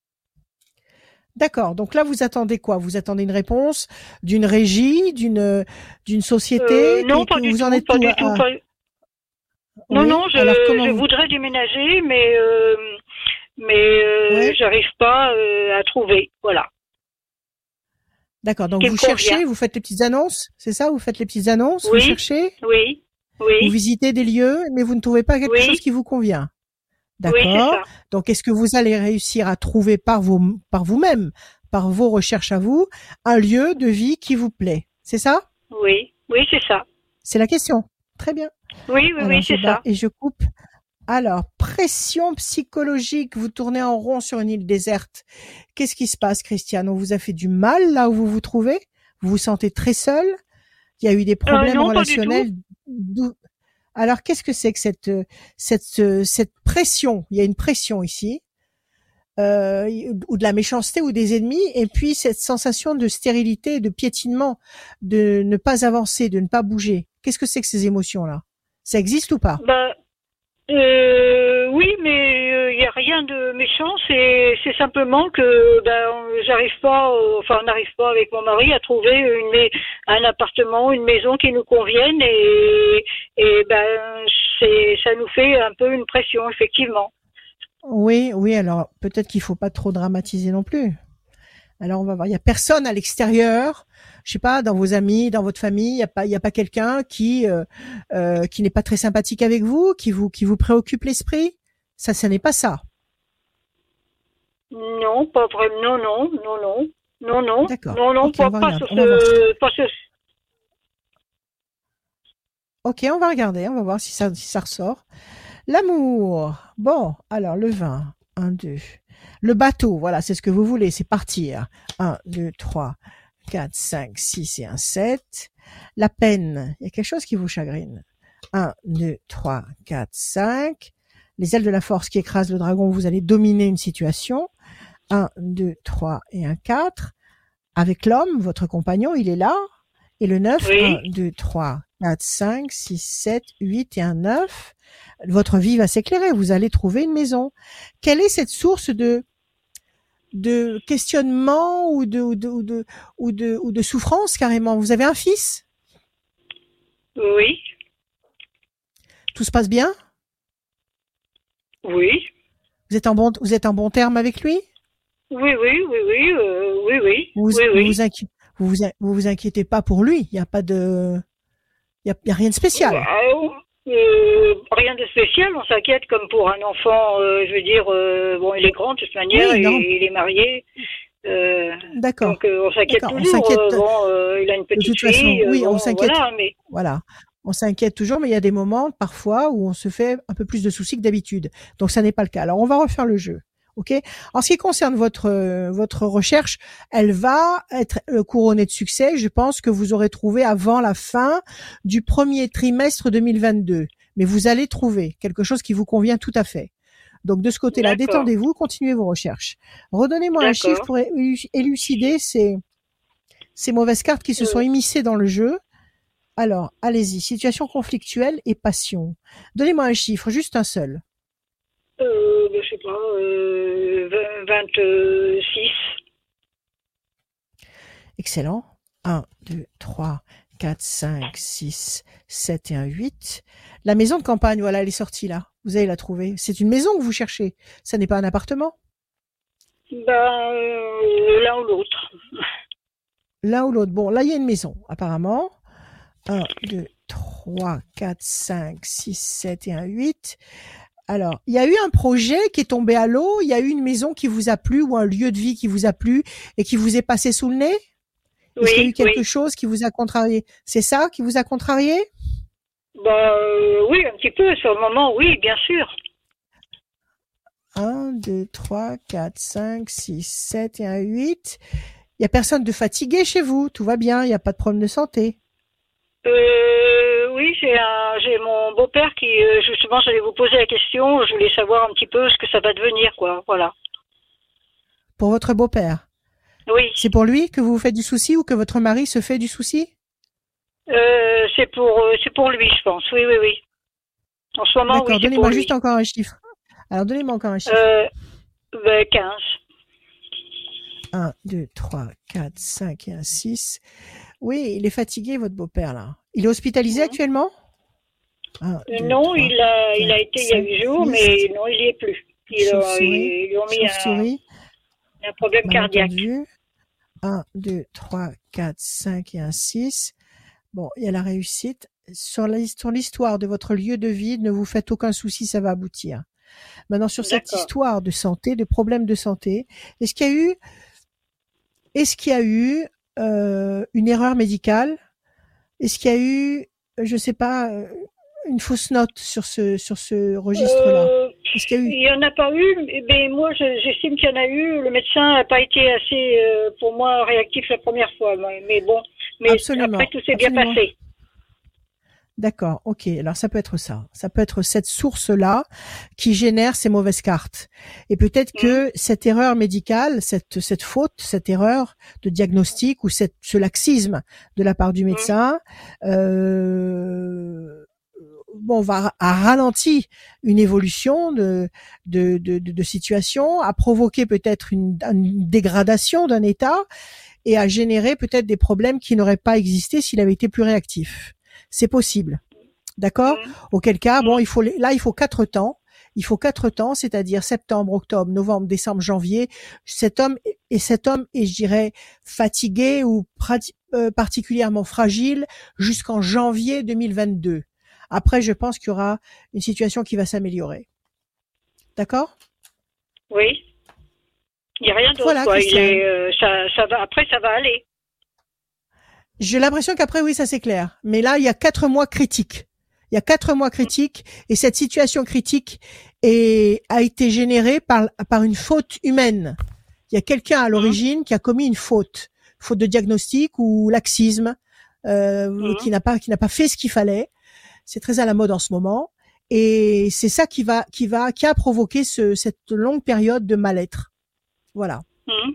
D'accord. Donc là, vous attendez quoi? Vous attendez une réponse d'une régie, d'une d'une société?
Euh, non,
que-
pas
que
du
vous
tout.
en êtes
Pas
où?
du tout.
Ah,
pas- Non,
oui.
non, je,
Alors, comment
je
vous-
voudrais déménager, mais euh, mais euh,
Ouais.
j'arrive pas euh, à trouver. Voilà.
D'accord. Donc
qui
vous
me convient.
cherchez, vous faites les petites annonces, c'est ça? Vous faites les petites annonces,
Oui.
vous cherchez,
Oui,
vous
oui,
visitez des lieux, mais vous ne trouvez pas quelque
Oui.
chose qui vous convient.
oui, c'est
D'accord.
ça.
Donc est-ce que vous allez réussir à trouver par vous, par vous-même, par vos recherches à vous, un lieu de vie qui vous plaît? C'est ça?
Oui, oui, c'est ça.
C'est la question. Très bien.
Oui, oui,
Alors,
oui,
je
c'est
bats
ça.
et je coupe. Alors, pression psychologique, vous tournez en rond sur une île déserte. Qu'est-ce qui se passe, Christiane? On vous a fait du mal là où vous vous trouvez? Vous vous sentez très seul? Il y a eu des problèmes
non, pas du
relationnels? D'où- Alors, qu'est-ce que c'est que cette, euh, cette, euh, cette pression? Il y a une pression ici, euh, ou de la méchanceté ou des ennemis, et puis cette sensation de stérilité, de piétinement, de ne pas avancer, de ne pas bouger. Qu'est-ce que c'est que ces émotions-là? Ça existe ou pas?
Bah, euh, oui, mais il n'y a rien rien de méchant, c'est c'est simplement que ben j'arrive pas, euh, enfin on n'arrive pas avec mon mari à trouver une mais- un appartement, une maison qui nous convienne et et ben c'est ça nous fait un peu une pression effectivement.
Oui, oui, alors peut-être qu'il faut pas trop dramatiser non plus. Alors on va voir, il y a personne à l'extérieur, je sais pas, dans vos amis, dans votre famille, il y a pas il y a pas quelqu'un qui euh, euh, qui n'est pas très sympathique avec vous, qui vous qui vous préoccupe l'esprit. Ça, ça n'est pas ça.
Non, pas vraiment. Non, non, non, non, non, non,
D'accord.
non, non,
Ok, on
pas,
va
pas
regarder.
sur
On va voir.
ce, pas sur.
Ok, on va regarder, on va voir si ça si ça ressort. L'amour. Bon, alors le vingt. un, deux. Le bateau, voilà, c'est ce que vous voulez, c'est partir. un, deux, trois, quatre, cinq, six et un sept. La peine, il y a quelque chose qui vous chagrine. un, deux, trois, quatre, cinq. Les ailes de la force qui écrasent le dragon, vous allez dominer une situation. un, deux, trois et un quatre. Avec l'homme, votre compagnon, il est là. Et le neuf,
Oui.
un, deux, trois, quatre, cinq, six, sept, huit et un neuf. Votre vie va s'éclairer, vous allez trouver une maison. Quelle est cette source de de questionnement ou de ou de ou de ou de, ou de souffrance carrément? Vous avez un fils?
Oui,
Tout se passe bien?
oui,
Vous êtes en bon vous êtes en bon terme avec lui?
oui, oui, oui, oui, euh, oui, oui,
Vous vous,
oui,
vous,
oui.
vous, inqui- vous, vous, vous vous inquiétez pas pour lui, il y a pas de il y a, il y a rien de spécial.
Euh, euh, rien de spécial, on s'inquiète comme pour un enfant, euh, je veux dire, euh, bon, il est grand de toute manière,
Oui,
et
non.
il est marié, euh,
D'accord.
donc euh, on s'inquiète
D'accord, on
toujours.
s'inquiète
euh, bon, euh, il a une
de
petite
toute façon.
fille, euh,
Oui,
bon,
on s'inquiète.
voilà, mais
Voilà. On s'inquiète toujours, mais il y a des moments, parfois, où on se fait un peu plus de soucis que d'habitude. Donc, ça n'est pas le cas. Alors, on va refaire le jeu. OK? En ce qui concerne votre, euh, votre recherche, elle va être euh, couronnée de succès. Je pense que vous aurez trouvé avant la fin du premier trimestre deux mille vingt-deux. Mais vous allez trouver quelque chose qui vous convient tout à fait. Donc, de ce côté-là,
D'accord.
détendez-vous, continuez vos recherches. Redonnez-moi un
D'accord.
chiffre pour élu- élucider ces, ces mauvaises cartes qui se
Euh.
sont immiscées dans le jeu. Alors, allez-y, situation conflictuelle et passion. Donnez-moi un chiffre, juste un seul.
Euh, je sais pas, euh, vingt-six.
Excellent. un, deux, trois, quatre, cinq, six, sept et un huit. La maison de campagne, voilà, elle est sortie là. Vous allez la trouver. C'est une maison que vous cherchez. Ça n'est pas un appartement.
Ben, euh, l'un ou l'autre.
L'un ou l'autre. Bon, là, il y a une maison, apparemment. un, deux, trois, quatre, cinq, six, sept et un huit. Alors, il y a eu un projet qui est tombé à l'eau, il y a eu une maison qui vous a plu ou un lieu de vie qui vous a plu et qui vous est passé sous le nez? Est-ce qu'il y a eu
Oui,
quelque
oui.
chose qui vous a contrarié? C'est ça qui vous a contrarié?
Ben, euh, oui, un petit peu, sur le moment, oui, bien sûr.
un, deux, trois, quatre, cinq, six, sept et un huit. Il y a personne de fatigué chez vous, tout va bien, il n'y a pas de problème de santé.
Euh, oui, j'ai un, j'ai mon beau-père qui, euh, justement, j'allais vous poser la question, je voulais savoir un petit peu ce que ça va devenir, quoi, voilà.
Pour votre beau-père.
Oui,
C'est pour lui que vous vous faites du souci ou que votre mari se fait du souci?
euh, c'est pour, euh, c'est pour lui, je pense, oui, oui, oui. En ce moment, oui,
D'accord,
c'est pour
donnez-moi
lui.
juste encore un chiffre. Alors, donnez-moi encore un chiffre.
Euh, ben, quinze.
un, deux, trois, quatre, cinq et un six. Oui, il est fatigué, votre beau-père, là. Il est hospitalisé
Mhm.
actuellement? un,
Euh,
deux,
non,
trois,
il a, il a
quatre,
été il y a
cinq,
huit jours,
six.
mais non, il y est plus. Il a,
Chauve-souris,
ils lui ont mis un,
chauve-souris,
un problème cardiaque.
malentendu. un, deux, trois, quatre, cinq et un six. Bon, il y a la réussite. Sur la- sur l'histoire de votre lieu de vie, ne vous faites aucun souci, ça va aboutir. Maintenant, sur cette
D'accord.
histoire de santé, de problèmes de santé, est-ce qu'il y a eu, est-ce qu'il y a eu euh, une erreur médicale? Est-ce qu'il y a eu, je sais pas, euh, une fausse note sur ce sur ce registre-là?
Euh,
Est-ce qu'il y a eu?
il n'y en a pas eu, mais moi je- j'estime qu'il y en a eu. Le médecin n'a pas été assez, euh, pour moi, réactif la première fois. Mais, mais bon, mais
Absolument,
après tout s'est bien
absolument.
passé.
D'accord, ok. Alors ça peut être ça. Ça peut être cette source-là qui génère ces mauvaises cartes. Et peut-être que cette erreur médicale, cette cette faute, cette erreur de diagnostic ou cette, ce laxisme de la part du médecin euh, bon, va a ralenti une évolution de de de, de, de situation, a provoqué peut-être une, une dégradation d'un état et a généré peut-être des problèmes qui n'auraient pas existé s'il avait été plus réactif. C'est possible, d'accord ?
Mmh.
Auquel cas, bon, il faut là, il faut quatre temps. Il faut quatre temps, c'est-à-dire septembre, octobre, novembre, décembre, janvier. Cet homme et cet homme est, je dirais, fatigué ou prati- euh, particulièrement fragile jusqu'en janvier deux mille vingt-deux. Après, je pense qu'il y aura une situation qui va s'améliorer. D'accord ?
Oui. Il n'y a rien d'autre.
Voilà,
quoi. Il
Christiane.
est, euh, ça, ça va. Après, ça va aller.
J'ai l'impression qu'après, oui, ça c'est clair. Mais là, il y a quatre mois critiques. Il y a quatre mois critiques et cette situation critique est, a été générée par, par une faute humaine. Il y a quelqu'un à l'origine qui a commis une faute, faute de diagnostic ou laxisme, euh,
Mhm.
qui n'a pas, qui n'a pas fait ce qu'il fallait. C'est très à la mode en ce moment. Et c'est ça qui va, qui va, qui a provoqué ce, cette longue période de mal-être. Voilà.
Mmh.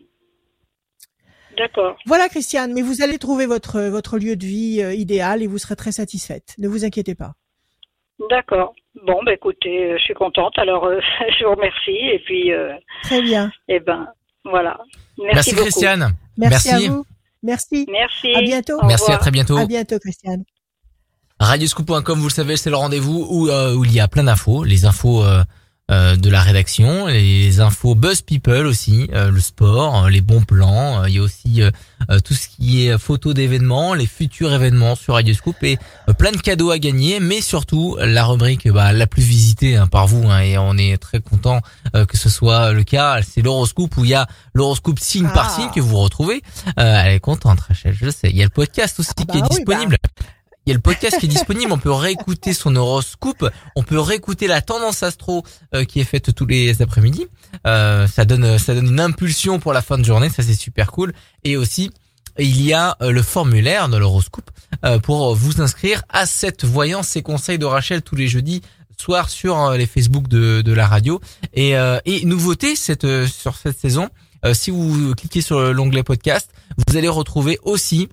D'accord.
Voilà, Christiane. Mais vous allez trouver votre, votre lieu de vie euh, idéal et vous serez très satisfaite. Ne vous inquiétez pas.
D'accord. Bon, bah écoutez, euh, je suis contente. Alors, euh, je vous remercie. Et puis, euh,
Très bien.
eh ben, voilà. Merci,
Merci
beaucoup.
Christiane.
Merci,
Merci.
à vous. Merci.
Merci.
À bientôt.
Au
Merci, à
revoir.
très bientôt.
À bientôt, Christiane.
radioscoop point com, vous le savez, c'est le rendez-vous où, euh, où il y a plein d'infos, les infos euh, euh, de la rédaction, les infos Buzz People aussi, euh, le sport, euh, les bons plans, euh, il y a aussi euh, euh, tout ce qui est photos d'événements, les futurs événements sur Radioscoop et euh, plein de cadeaux à gagner, mais surtout la rubrique bah, la plus visitée hein, par vous hein, et on est très content euh, que ce soit le cas, c'est l'horoscope où il y a l'horoscope signe
Ah.
par signe que vous retrouvez. Euh, elle est contente Rachel, je sais. Il y a le podcast aussi
Ah
qui est
bah oui,
disponible. Il y a le podcast qui est disponible, on peut réécouter son horoscope, on peut réécouter la tendance astro euh, qui est faite tous les après-midi. Euh, ça donne ça donne une impulsion pour la fin de journée, ça c'est super cool. Et aussi, il y a euh, le formulaire de l'horoscope euh, pour vous inscrire à cette voyance et conseils de Rachel tous les jeudis soir sur euh, les Facebook de, de la radio. Et, euh, et nouveauté cette, euh, sur cette saison, euh, si vous cliquez sur l'onglet podcast, vous allez retrouver aussi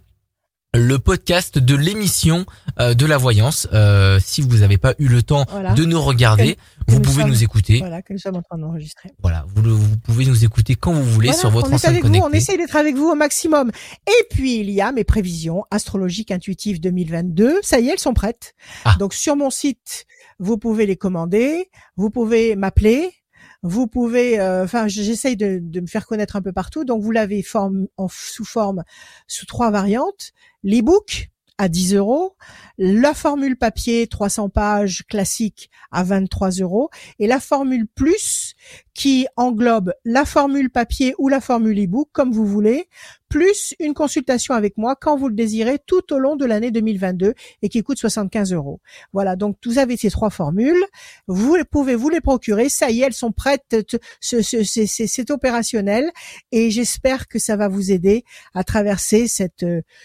le podcast de l'émission euh, de la voyance. Euh, si vous n'avez pas eu le temps
Voilà.
de nous regarder,
Que
vous
nous
pouvez
sommes-
nous écouter.
Voilà, que nous sommes en train d'enregistrer.
Voilà, vous, le- vous pouvez nous écouter quand vous voulez
Voilà,
sur votre
on est
enceinte
avec vous, on
connectée.
essaie d'être avec vous au maximum. Et puis, il y a mes prévisions astrologiques intuitives deux mille vingt-deux. Ça y est, elles sont prêtes.
Ah.
Donc, sur mon site, vous pouvez les commander. Vous pouvez m'appeler. Vous pouvez, euh, enfin, j'essaye de, de me faire connaître un peu partout. Donc, vous l'avez forme, en, sous forme, sous trois variantes. L'e-book à dix euros, la formule papier trois cents pages classique à vingt-trois euros et la formule plus qui englobe la formule papier ou la formule e-book comme vous voulez, plus une consultation avec moi quand vous le désirez tout au long de l'année deux mille vingt-deux et qui coûte soixante-quinze euros. Voilà, donc vous avez ces trois formules, vous pouvez vous les procurer, ça y est, elles sont prêtes, ce, ce, c'est, c'est, c'est opérationnel et j'espère que ça va vous aider à traverser cette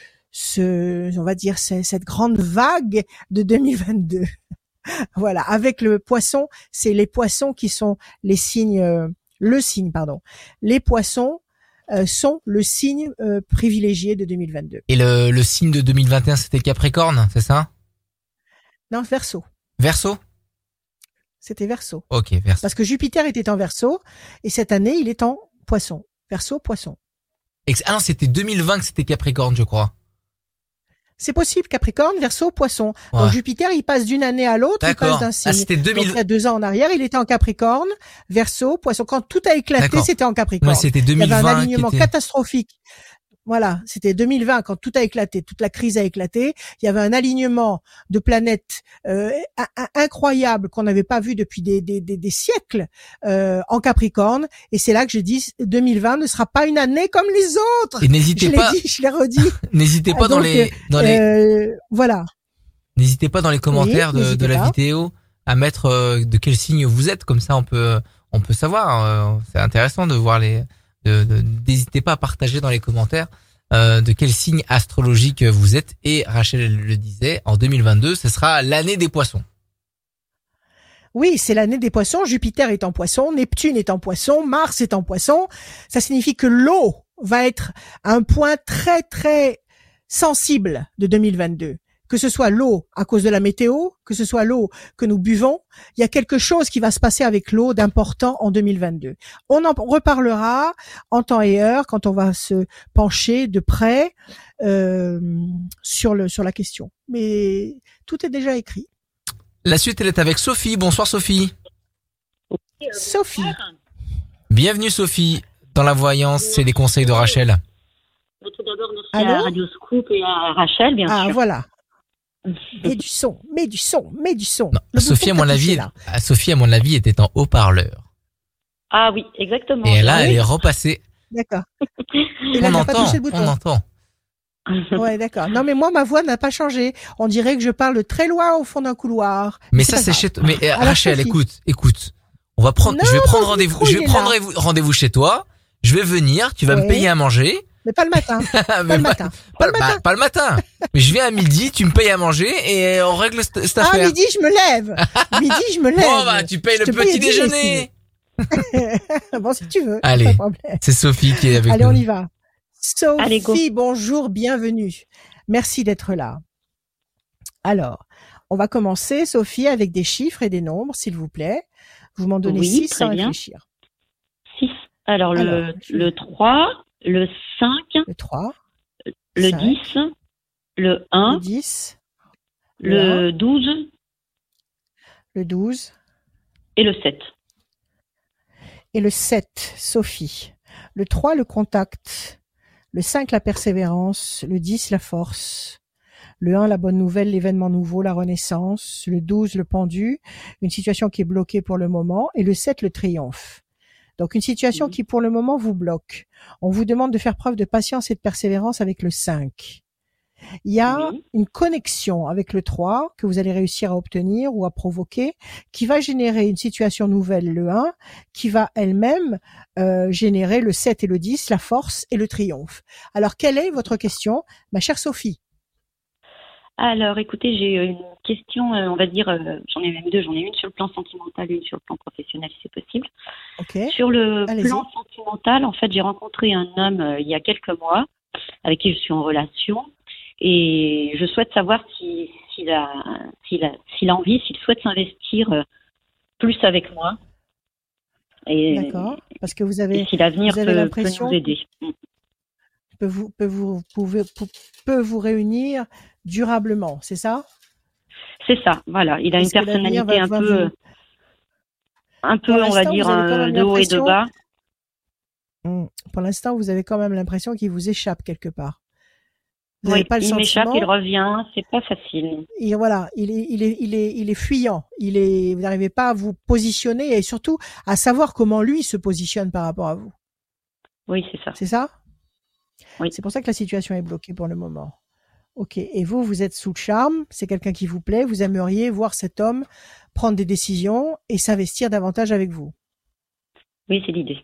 ce, on va dire, c'est cette grande vague de deux mille vingt-deux. Voilà. Avec le poisson, c'est les poissons qui sont les signes, euh, le signe, pardon. Les poissons euh, sont le signe euh, privilégié de deux mille vingt-deux.
Et le, le signe de deux mille vingt et un, c'était Capricorne, c'est ça?
Non, Verseau.
Verseau?
C'était Verseau.
Ok, Verseau.
Parce que Jupiter était en Verseau et cette année, il est en Poisson. Verseau, Poisson.
Ex- Ah non, c'était deux mille vingt que c'était Capricorne, je crois.
C'est possible, Capricorne, Verseau, Poisson.
Ouais.
Donc Jupiter, il passe d'une année à l'autre, il
D'accord.
passe d'un
Ah,
signe.
c'était deux mille.
Donc, il y a deux ans en arrière, il était en Capricorne, Verseau, Poisson. Quand tout a éclaté,
D'accord.
c'était en Capricorne.
Ouais, c'était deux
Il y
mille
avait
vingt
un alignement
qui était...
catastrophique. Voilà, c'était deux mille vingt quand tout a éclaté, toute la crise a éclaté. Il y avait un alignement de planètes euh, incroyable qu'on n'avait pas vu depuis des, des, des, des siècles euh, en Capricorne. Et c'est là que je dis deux mille vingt ne sera pas une année comme les autres.
Et n'hésitez
Je l'ai
pas,
dit, je l'ai redit.
n'hésitez pas
Ah,
dans
donc,
les, dans les,
Euh, voilà.
n'hésitez pas dans les commentaires
Oui,
de, de
n'hésitez
la
pas.
vidéo à mettre euh, de quel signe vous êtes, comme ça on peut, on peut savoir. euh, c'est intéressant de voir les, de, de- n'hésitez pas à partager dans les commentaires euh, de quel signe astrologique vous êtes. Et Rachel le disait, en deux mille vingt-deux, ce sera l'année des poissons.
Oui, c'est l'année des poissons. Jupiter est en poisson, Neptune est en poisson, Mars est en poisson. Ça signifie que l'eau va être un point très, très sensible de deux mille vingt-deux. que ce soit l'eau à cause de la météo, que ce soit l'eau que nous buvons, il y a quelque chose qui va se passer avec l'eau d'important en deux mille vingt-deux. On en reparlera en temps et heure quand on va se pencher de près euh, sur le sur la question. Mais tout est déjà écrit.
La suite, elle est avec Sophie. Bonsoir Sophie.
Sophie.
Bienvenue Sophie dans la voyance, c'est les conseils de Rachel.
Tout d'abord, merci
Allô
à Radio Scoop et à Rachel, bien
Ah
sûr.
voilà. Mets du son, mets du son, mets du son.
Non,
Le
Sophie à
bouton
mon
t'as
avis,
touché, là.
à Sophie à mon avis était en haut-parleur.
Ah oui, exactement.
Et là,
Ah
elle
oui.
est repassée.
D'accord. Et là,
On
t'as pas
entend,
touché le bouton.
on entend.
Ouais, d'accord. Non, mais moi, ma voix n'a pas changé. On dirait que je parle très loin au fond d'un couloir.
Mais
c'est
ça
pas
c'est
grave.
chez toi. Mais euh,
Alors,
Rachel,
Sophie.
écoute, écoute. On va prendre,
Non,
je vais prendre
mon
rendez-vous,
micro,
je
il
vais
est
prendre
là.
rendez-vous- rendez-vous chez toi. Je vais venir, tu vas me
Ouais.
payer à manger.
Mais pas le matin.
Mais
Pas le
pas-
matin.
Pas,
Pas le
bah,
matin.
pas le matin. Mais je viens à midi, tu me payes à manger et on règle cette, cette
Ah,
affaire.
midi, je me lève. Midi, je me lève.
Bon bah tu payes
Je
le
te paye
petit
à dîner,
déjeuner.
Bon, si tu veux.
Allez.
Pas de problème.
C'est Sophie qui est avec
Allez,
nous.
on y va.
Allez, go.
Sophie, bonjour, bienvenue. Merci d'être là. Alors, on va commencer, Sophie, avec des chiffres et des nombres, s'il vous plaît. Vous m'en donnez
Oui,
six
très
sans
bien.
réfléchir.
six. Alors,
Alors,
le,
je-
le trois, le cinq,
Le trois,
le
cinq,
dix, le
le
un,
dix, le un,
le douze
le douze
et le sept.
et le sept, Sophie. Le trois, le contact. Le cinq, la persévérance. Le dix, la force. Le un, la bonne nouvelle, l'événement nouveau, la renaissance. Le douze, le pendu, une situation qui est bloquée pour le moment. Et le sept, le triomphe. Donc une situation
Mhm.
qui pour le moment vous bloque. On vous demande de faire preuve de patience et de persévérance avec le cinq. Il y a
Oui.
une connexion avec le trois que vous allez réussir à obtenir ou à provoquer qui va générer une situation nouvelle, le un, qui va elle-même euh, générer le sept et le dix, la force et le triomphe. Alors quelle est votre question, ma chère Sophie?
Alors, écoutez, j'ai une question, euh, on va dire, euh, j'en ai même deux. J'en ai une sur le plan sentimental et une sur le plan professionnel, si c'est possible.
Ok.
Sur le
Allez-y.
plan sentimental, en fait, j'ai rencontré un homme euh, il y a quelques mois avec qui je suis en relation et je souhaite savoir si, s'il a, s'il a, s'il a envie, s'il souhaite s'investir euh, plus avec moi et,
D'accord. Parce que vous
et
avez
si l'avenir
vous avez
peut, peut
l'impression
nous aider. Mm.
peut vous peut vous pouvez peut, peut vous réunir durablement, c'est ça?
C'est ça, voilà. Il a une
Est-ce que l'avenir
personnalité
va-
un
va
peu,
vous-
un
Pour
peu, on va
l'instant,
dire,
vous avez quand
euh,
même
de haut et de
l'impression-
bas.
Hmm. Pour l'instant, vous avez quand même l'impression qu'il vous échappe quelque part. Vous
Oui,
n'avez pas le
il m'échappe,
sentiment.
il revient, c'est pas facile.
Et voilà, il est, il est, il est, il est fuyant. Il est, vous n'arrivez pas à vous positionner et surtout à savoir comment lui se positionne par rapport à vous.
Oui, c'est ça.
C'est ça?
Oui.
C'est pour ça que la situation est bloquée pour le moment. Ok. Et vous, vous êtes sous le charme. C'est quelqu'un qui vous plaît. Vous aimeriez voir cet homme prendre des décisions et s'investir davantage avec vous.
Oui, c'est l'idée.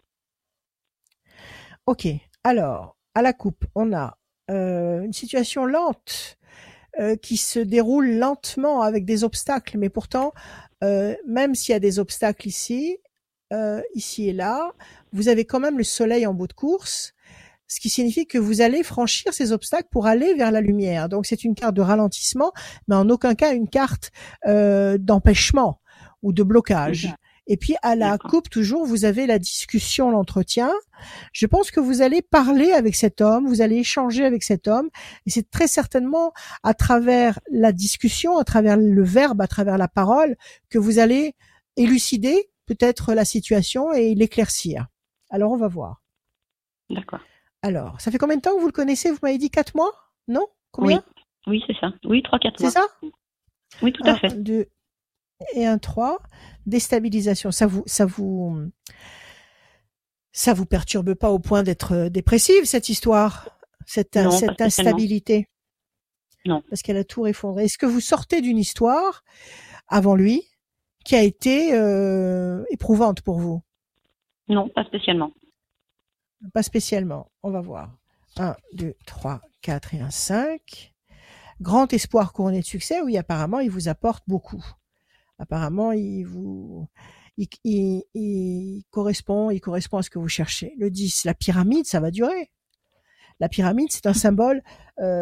Ok. Alors, à la coupe, on a euh, une situation lente euh, qui se déroule lentement avec des obstacles, mais pourtant, euh, même s'il y a des obstacles ici, euh, ici et là, vous avez quand même le soleil en bout de course, ce qui signifie que vous allez franchir ces obstacles pour aller vers la lumière. Donc, c'est une carte de ralentissement, mais en aucun cas une carte euh, d'empêchement ou de blocage.
Mhm.
Et puis à la
D'accord.
coupe, toujours, vous avez la discussion, l'entretien. Je pense que vous allez parler avec cet homme, vous allez échanger avec cet homme, et c'est très certainement à travers la discussion, à travers le verbe, à travers la parole, que vous allez élucider peut-être la situation et l'éclaircir. Alors on va voir.
D'accord.
Alors, ça fait combien de temps que vous le connaissez? Vous m'avez dit quatre mois? Non? Combien?
Oui, c'est ça. Oui, trois, quatre mois.
C'est ça?
Oui, tout à
Un,
fait.
deux et un, trois. Déstabilisation. Ça vous, ça vous, ça vous perturbe pas au point d'être dépressive, cette histoire, cette,
Non, pas
cette
spécialement.
instabilité?
Non.
Parce qu'elle a tout effondré. Est-ce que vous sortez d'une histoire avant lui qui a été euh, éprouvante pour vous?
Non, pas spécialement.
Pas spécialement. On va voir. Un, deux, trois, quatre et un cinq. Grand espoir couronné de succès. Oui, apparemment, il vous apporte beaucoup. Apparemment, il vous, il, il, il correspond, il correspond à ce que vous cherchez. Le dix, la pyramide, ça va durer. La pyramide, c'est un symbole euh,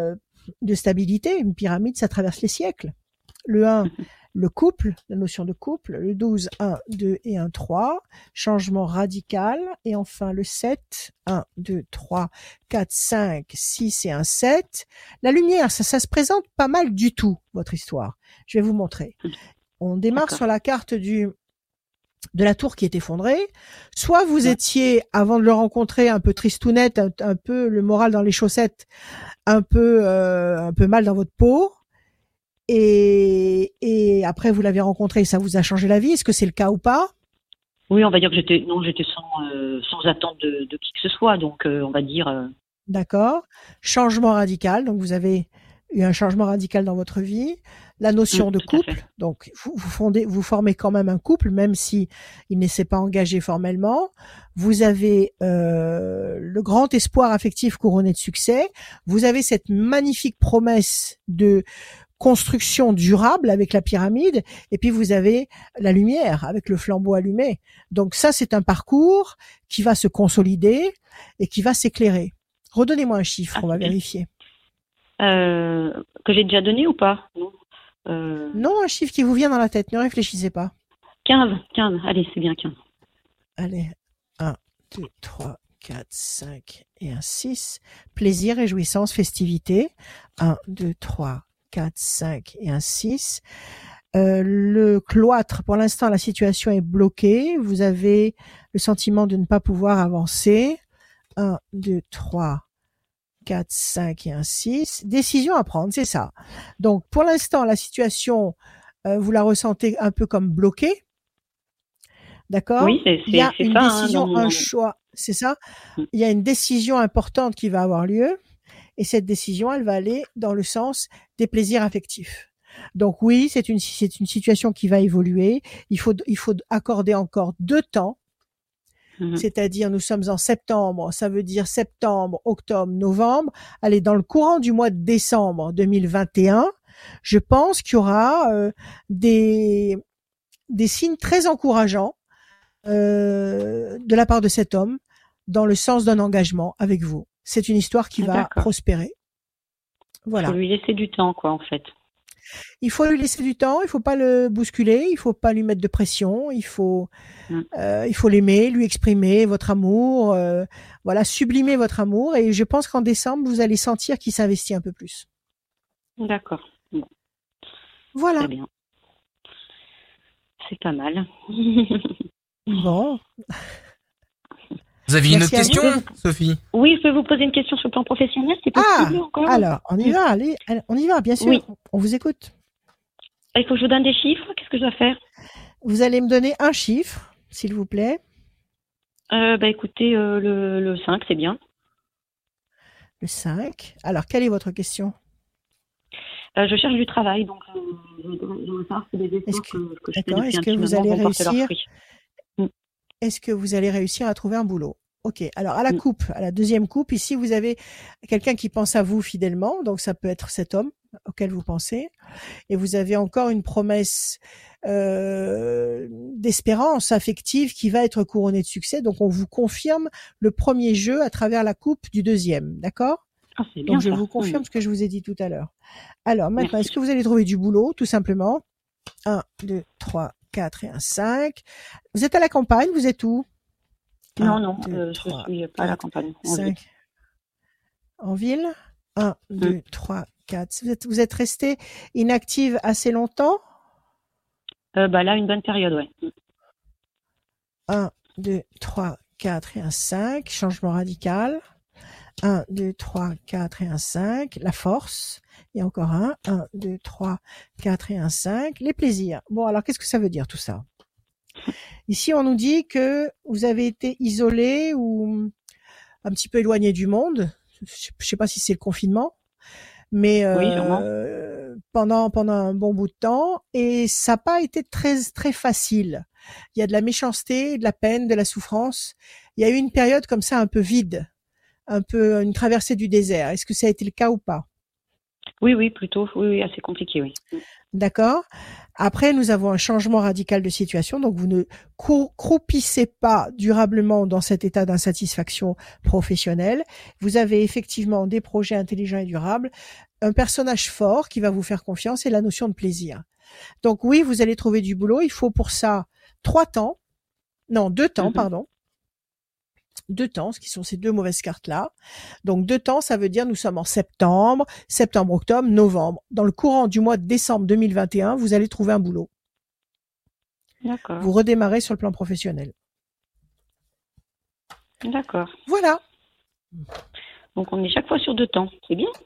de stabilité. Une pyramide, ça traverse les siècles. Le un, le couple, la notion de couple. Le douze, un, deux et un, trois. Changement radical. Et enfin, le sept, un, deux, trois, quatre, cinq, six et un sept. La lumière, ça, ça se présente pas mal du tout, votre histoire. Je vais vous montrer. On démarre
D'accord.
sur la carte du de la tour qui est effondrée. Soit vous étiez, avant de le rencontrer, un peu tristounette, un, un peu le moral dans les chaussettes, un peu euh, un peu mal dans votre peau. Et, et après, vous l'avez rencontré, ça vous a changé la vie. Est-ce que c'est le cas ou pas?
Oui, on va dire que j'étais non, j'étais sans euh, sans attente de, de qui que ce soit, donc euh, on va dire. Euh...
D'accord. Changement radical. Donc vous avez eu un changement radical dans votre vie. La notion
Mmh,
de
tout à
couple.
fait.
Donc vous, vous fondez, vous formez quand même un couple, même si il ne s'est pas engagé formellement. Vous avez euh, le grand espoir affectif couronné de succès. Vous avez cette magnifique promesse de construction durable avec la pyramide, et puis vous avez la lumière avec le flambeau allumé. Donc ça, c'est un parcours qui va se consolider et qui va s'éclairer. Redonnez-moi un chiffre,
Ah,
on va
c'est bien.
vérifier.
Euh, que j'ai déjà donné ou pas? Non. Euh,
Non, un chiffre qui vous vient dans la tête, ne réfléchissez pas.
quinze, quinze. Allez, c'est bien quinze.
Allez, un, deux, trois, quatre, cinq et un six. Plaisir, réjouissance, festivité. un, deux, trois, quatre, cinq et un six. Euh, le cloître, pour l'instant, la situation est bloquée. Vous avez le sentiment de ne pas pouvoir avancer. un, deux, trois, quatre, cinq et un six. Décision à prendre, c'est ça. Donc, pour l'instant, la situation, euh, vous la ressentez un peu comme bloquée. D'accord?
Oui, c'est
Il y a
c'est c'est
une
ça. Hein,
décision,
dans mon-
un choix, c'est ça?
Mm.
Il y a une décision importante qui va avoir lieu, et cette décision, elle va aller dans le sens des plaisirs affectifs. Donc oui, c'est une c'est une situation qui va évoluer. Il faut il faut accorder encore deux temps.
Mhm.
C'est-à-dire, nous sommes en septembre, ça veut dire septembre, octobre, novembre. Allez, dans le courant du mois de décembre deux mille vingt et un, je pense qu'il y aura euh, des des signes très encourageants euh, de la part de cet homme dans le sens d'un engagement avec vous. C'est une histoire qui va
D'accord.
prospérer. Voilà.
Faut lui laisser du temps, quoi, en fait.
Il faut lui laisser du temps, il faut pas le bousculer, il faut pas lui mettre de pression, il faut,
Mm.
euh, il faut l'aimer, lui exprimer votre amour, euh, voilà, sublimer votre amour. Et je pense qu'en décembre, vous allez sentir qu'il s'investit un peu plus.
D'accord. Bon,
Voilà.
très bien. C'est pas mal.
Bon.
Vous aviez une
Merci
autre
à vous.
question, Sophie?
Oui, je peux vous poser une question sur le plan professionnel, c'est
Ah,
possible encore?
alors, on y va, allez, allez, on y va, bien sûr.
Oui.
On vous écoute.
Il faut que je vous donne des chiffres. Qu'est-ce que je dois faire?
Vous allez me donner un chiffre, s'il vous plaît.
Euh, bah écoutez, euh, le, le cinq, c'est bien.
Le cinq. Alors, quelle est votre question?
Euh, je cherche du travail, donc euh, je je veux savoir si les
Est-ce
efforts
que-
que, que je fais
d'accord,
depuis
est-ce
un
que
petit
vous
moment
allez
vont porter leurs
réussir?
fruits.
Est-ce que vous allez réussir à trouver un boulot? Ok. Alors, à la
Mm.
coupe, à la deuxième coupe, ici, vous avez quelqu'un qui pense à vous fidèlement. Donc, ça peut être cet homme auquel vous pensez. Et vous avez encore une promesse euh, d'espérance affective qui va être couronnée de succès. Donc, on vous confirme le premier jeu à travers la coupe du deuxième. D'accord?
Ah, c'est bien
Donc, je
ça.
vous confirme
Mm.
ce que je vous ai dit tout à l'heure. Alors, maintenant,
Merci.
est-ce que vous allez trouver du boulot, tout simplement? un, deux, trois, quatre et un cinq. Vous êtes à la campagne, vous êtes où?
Non,
un,
non,
deux,
euh, je
trois,
suis pas à la
quatre,
campagne. en ville.
cinq. En ville? un, deux, trois, quatre. Vous êtes, vous êtes resté inactive assez longtemps?
Euh, bah là, une bonne période, ouais. Mm.
un, deux, trois, quatre et un cinq. Changement radical. un, deux, trois, quatre et un cinq. La force. Et encore un. un, deux, trois, quatre et un cinq. Les plaisirs. Bon, alors qu'est-ce que ça veut dire tout ça? Ici, on nous dit que vous avez été isolé ou un petit peu éloigné du monde. Je ne sais pas si c'est le confinement, mais
Oui, sûrement.
euh, pendant pendant un bon bout de temps, et ça n'a pas été très très facile. Il y a de la méchanceté, de la peine, de la souffrance. Il y a eu une période comme ça un peu vide, un peu une traversée du désert. Est-ce que ça a été le cas ou pas?
Oui, oui, plutôt. Oui, oui, assez compliqué, oui. Mm.
D'accord? Après, nous avons un changement radical de situation. Donc, vous ne cou- croupissez pas durablement dans cet état d'insatisfaction professionnelle. Vous avez effectivement des projets intelligents et durables, un personnage fort qui va vous faire confiance et la notion de plaisir. Donc, oui, vous allez trouver du boulot. Il faut pour ça trois temps. Non, deux temps,
Mhm.
pardon. Deux temps, ce qui sont ces deux mauvaises cartes-là. Donc, deux temps, ça veut dire nous sommes en septembre, septembre, octobre, novembre. Dans le courant du mois de décembre deux mille vingt et un, vous allez trouver un boulot.
D'accord.
Vous redémarrez sur le plan professionnel.
D'accord.
Voilà.
Donc on est chaque fois sur deux temps. C'est bien.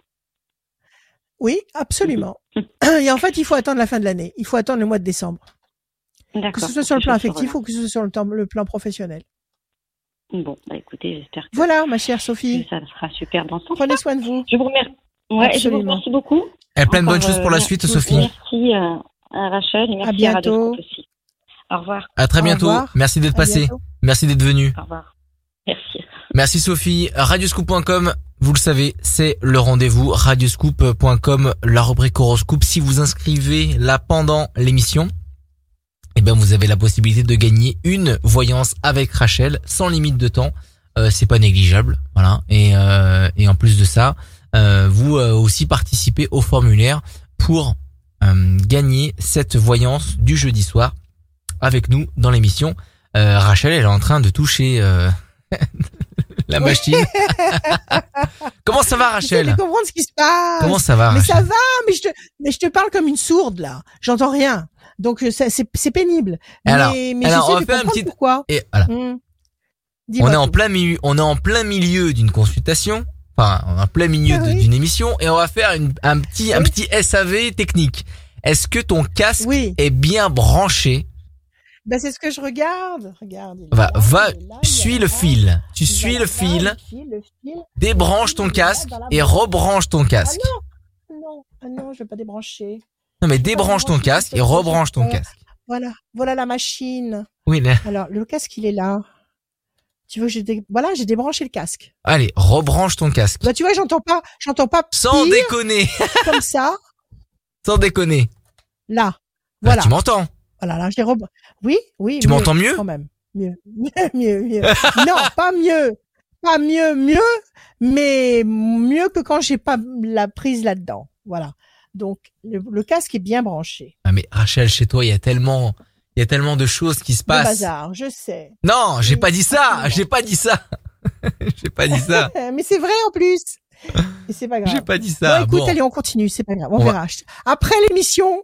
Oui, absolument. Et en fait, il faut attendre la fin de l'année. Il faut attendre le mois de décembre.
D'accord.
Que ce soit sur le
Quelque
plan
chose se
affectif ou que ce soit sur le, temps- le plan professionnel.
Bon, bah écoutez, j'espère que
Voilà, ma chère Sophie.
ça sera super dans son
Prenez soin de vous.
Je vous remercie. Ouais, je
Absolument.
vous remercie beaucoup.
Et plein de bonnes
Encore,
choses pour la
euh,
suite,
merci-
Sophie.
Merci euh, à Rachel et merci à,
bientôt.
Radio Scoop aussi. Au revoir.
À très
Au
bientôt.
revoir.
Merci d'être
À
passé.
bientôt.
Merci d'être venu.
Au revoir. Merci.
Merci Sophie. radioscoop point com, vous le savez, c'est le rendez-vous. radioscoop point com, la rubrique horoscope. Si vous inscrivez là pendant l'émission, eh ben vous avez la possibilité de gagner une voyance avec Rachel sans limite de temps. Euh, c'est pas négligeable, voilà. Et euh, et en plus de ça, euh, vous euh, aussi participez au formulaire pour euh, gagner cette voyance du jeudi soir avec nous dans l'émission. Euh, Rachel, elle est en train de toucher euh, la machine. Comment ça va,
J'essaie de
Rachel?
comprendre ce qui se passe.
Comment ça va,
Mais
Rachel?
ça va, mais je te, mais je te parle comme une sourde, là. J'entends rien. Donc, euh, ça, c'est, c'est pénible.
Alors,
mais, mais
alors, on
j'essaie
va
de
faire un
comprendre
petit-
pourquoi.
Et voilà.
Hum.
On
Dis-moi
est en
tout.
plein milieu, on est en plein milieu d'une consultation, enfin en plein milieu
Ah
de-
oui.
d'une émission, et on va faire une, un petit, un
Oui.
petit S A V technique. Est-ce que ton casque
Oui.
est bien branché?
Ben, c'est ce que je regarde. Regarde. il est
Va,
là,
va,
il est là, il est
suis
là.
le fil. Tu
Il
suis
va
le
là-bas,
fil,
le fil, le fil.
débranche ton
Il est là,
casque
dans la
et
boîte.
rebranche ton
Ah
casque.
non, non, ah non, je vais pas débrancher.
Non mais
je vais pas
débranche ton
débrancher
casque
ce
et rebranche ton
projecteur.
casque.
Voilà, voilà la machine.
Oui, là.
Alors, le casque, il est là. Tu veux que j'ai dé... voilà, j'ai débranché le casque.
Allez, rebranche ton casque.
Bah, tu vois, j'entends pas, j'entends pas
Sans
pire
déconner,
comme ça.
sans déconner.
Là.
Là,
Voilà.
tu m'entends?
Voilà, là, j'ai re... Oui, oui.
Tu m'entends mieux?
Quand même. Mieux. Mieux, mieux, mieux. Non, pas mieux. Pas mieux, mieux, mais mieux que quand j'ai pas la prise là-dedans. Voilà. Donc, le, le casque est bien branché.
Ah mais Rachel, chez toi, il y a tellement, il y a tellement de choses qui se
Le
passent.
bazar, je sais.
Non, j'ai
Oui,
pas dit ça,
absolument.
j'ai pas dit ça. J'ai pas dit ça.
Mais c'est vrai en plus. Et c'est pas grave.
J'ai pas dit
Bon,
ça.
écoute,
Bon.
allez, on continue, c'est pas grave, on,
On va-
verra. Après l'émission,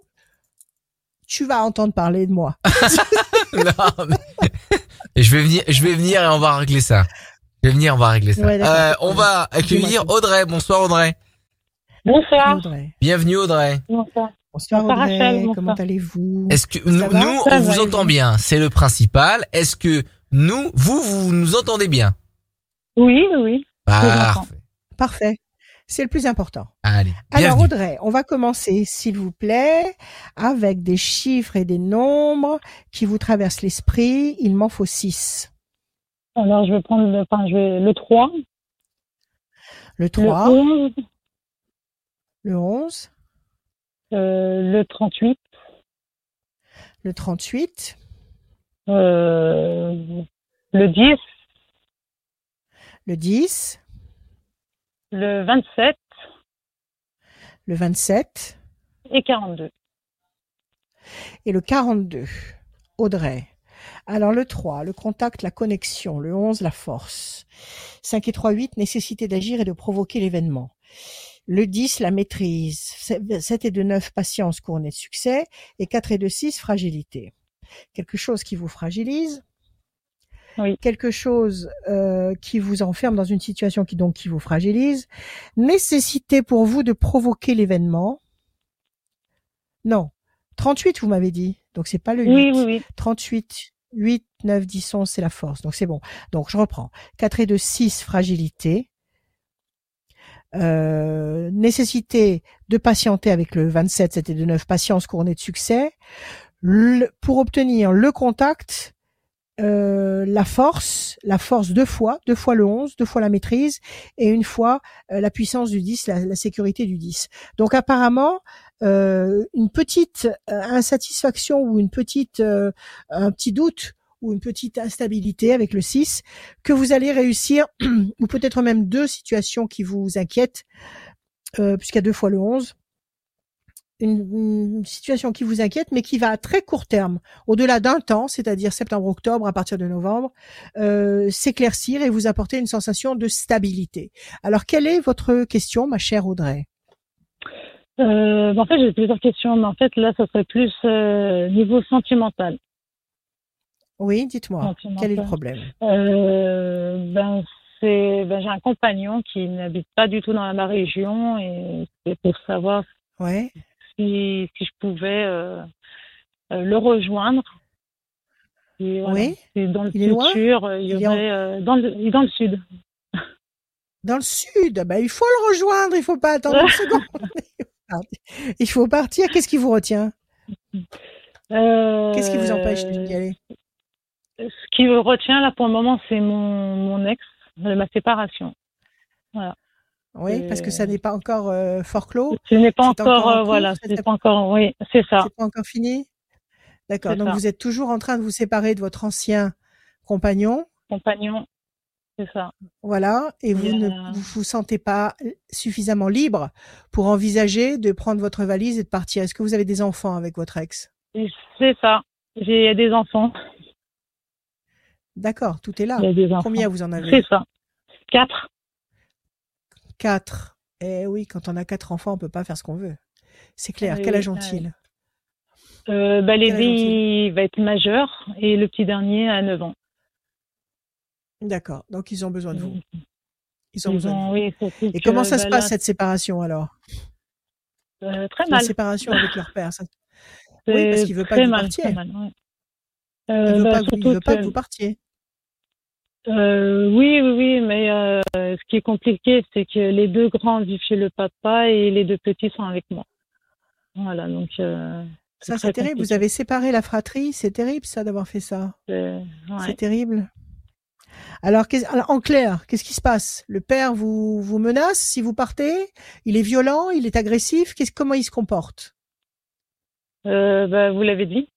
tu vas entendre parler de moi.
Non, mais- Et je vais venir, je vais venir et on va régler ça. Je vais venir, on va régler ça.
Ouais, d'accord.
Euh, on va accueillir
Dis-moi
Audrey. Bonsoir Audrey.
Bonsoir.
Audrey.
Bienvenue Audrey.
Bonsoir.
Bonsoir
Bonsoir,
Audrey,
Rachel, bonsoir.
comment allez-vous?
Est-ce que
Ça
nous,
va
nous,
Ça
on
va,
vous
et
entend
vous
bien? C'est le principal. Est-ce que nous, vous, vous nous entendez bien?
Oui, oui, oui.
Parfait.
Parfait. C'est le plus important.
Allez.
Alors
bienvenue.
Audrey, on va commencer, s'il vous plaît, avec des chiffres et des nombres qui vous traversent l'esprit. Il m'en faut six.
Alors, je vais prendre le, enfin, je vais, le trois,
Le
le
trois,
onze,
le onze,
euh, le trente-huit,
le trente-huit,
euh, le dix,
le dix,
le vingt-sept
le vingt-sept
et quarante-deux.
et le quarante-deux. Audrey. Alors le trois, le contact, la connexion. Le onze, la force. cinq et trois, huit, nécessité d'agir et de provoquer l'événement. Le dix, la maîtrise. sept et deux, neuf, patience couronnée de succès. Et quatre et deux, six, fragilité. Quelque chose qui vous fragilise.
Oui.
Quelque chose euh, qui vous enferme dans une situation qui donc qui vous fragilise. Nécessité pour vous de provoquer l'événement. Non. trente-huit, vous m'avez dit. Donc c'est pas le huit.
Oui, oui, oui.
trente-huit, huit, neuf, dix, onze, c'est la force. Donc c'est bon. Donc je reprends. quatre et deux, six, fragilité. Euh, nécessité de patienter avec le vingt-sept, sept et deux, neuf, patience couronnée de succès. Le, pour obtenir le contact, euh, la force, la force deux fois, deux fois le onze, deux fois la maîtrise et une fois euh, la puissance du dix, la, la sécurité du dix. Donc apparemment, euh, une petite euh, insatisfaction ou une petite euh, un petit doute ou une petite instabilité avec le six, que vous allez réussir, ou peut-être même deux situations qui vous inquiètent, euh, puisqu'il y a deux fois le onze. Une, une situation qui vous inquiète, mais qui va à très court terme, au-delà d'un temps, c'est-à-dire septembre-octobre, à partir de novembre, euh, s'éclaircir et vous apporter une sensation de stabilité. Alors, quelle est votre question, ma chère Audrey?
Euh, en fait, j'ai plusieurs questions, mais en fait, là, ça serait plus euh, niveau sentimental.
Oui, dites-moi,
Sentimental.
quel est le problème?
euh, ben, c'est, ben, j'ai un compagnon qui n'habite pas du tout dans ma région et c'est pour savoir
Ouais.
si, si je pouvais euh, euh, le rejoindre. Et voilà,
Oui.
si dans le
Il est loin?
futur, euh, il y
Il est en-
aurait euh, dans le il est dans le sud.
Dans le sud, ben, il faut le rejoindre, il faut pas attendre une seconde. Il faut partir. Qu'est-ce qui vous retient?
Euh,
Qu'est-ce qui vous empêche d'y aller?
Ce qui me retient là pour le moment, c'est mon mon ex, euh, ma séparation. Voilà.
Oui,
Euh,
parce que ça n'est pas encore euh, fort clos.
Ce n'est pas
C'est
encore,
encore en
euh,
cours,
voilà,
cette
c'est pas encore, oui, c'est ça,
C'est pas encore fini? D'accord.
c'est
Donc
ça.
vous êtes toujours en train de vous séparer de votre ancien compagnon,
Compagnon, c'est ça.
voilà, et vous
Et,
ne
euh,
vous vous sentez pas suffisamment libre pour envisager de prendre votre valise et de partir. Est-ce que vous avez des enfants avec votre ex?
et c'est ça. J'ai des enfants.
D'accord, tout est là.
Il y a des enfants.
Combien vous en avez?
C'est ça. Quatre.
Quatre. Eh oui, quand on a quatre enfants, on peut pas faire ce qu'on veut. C'est clair.
Oui,
Quel
oui,
âge ont-ils?
Euh, bah,
Quel âge
l'aîné il va être majeur et le petit dernier a neuf ans.
D'accord. Donc ils ont besoin de vous. Ils ont
Ils
besoin de
ont,
vous.
oui, surtout
Et
que,
comment ça
bah,
se passe
là,
cette séparation alors?
euh, très
La
mal.
séparation avec leur père. Ça... Oui, parce
C'est
qu'il veut pas
très
que vous
mal,
partiez.
très mal, ouais.
Il
Euh,
veut
bah,
pas, que vous- il
surtout
veut pas
que-
que vous partiez.
Euh, oui, oui, oui, mais euh, ce qui est compliqué, c'est que les deux grands vivent chez le papa et les deux petits sont avec moi. Voilà, donc euh, c'est
Ça,
très
c'est terrible. Vous
compliqué.
avez séparé la fratrie. C'est terrible, ça, d'avoir fait ça.
C'est- ouais.
C'est terrible. Alors, qu'est- alors, en clair, qu'est-ce qui se passe? Le père vous, vous menace si vous partez? Il est violent? Il est agressif? Qu'est-ce, comment il se comporte?
Euh, bah, vous l'avez dit.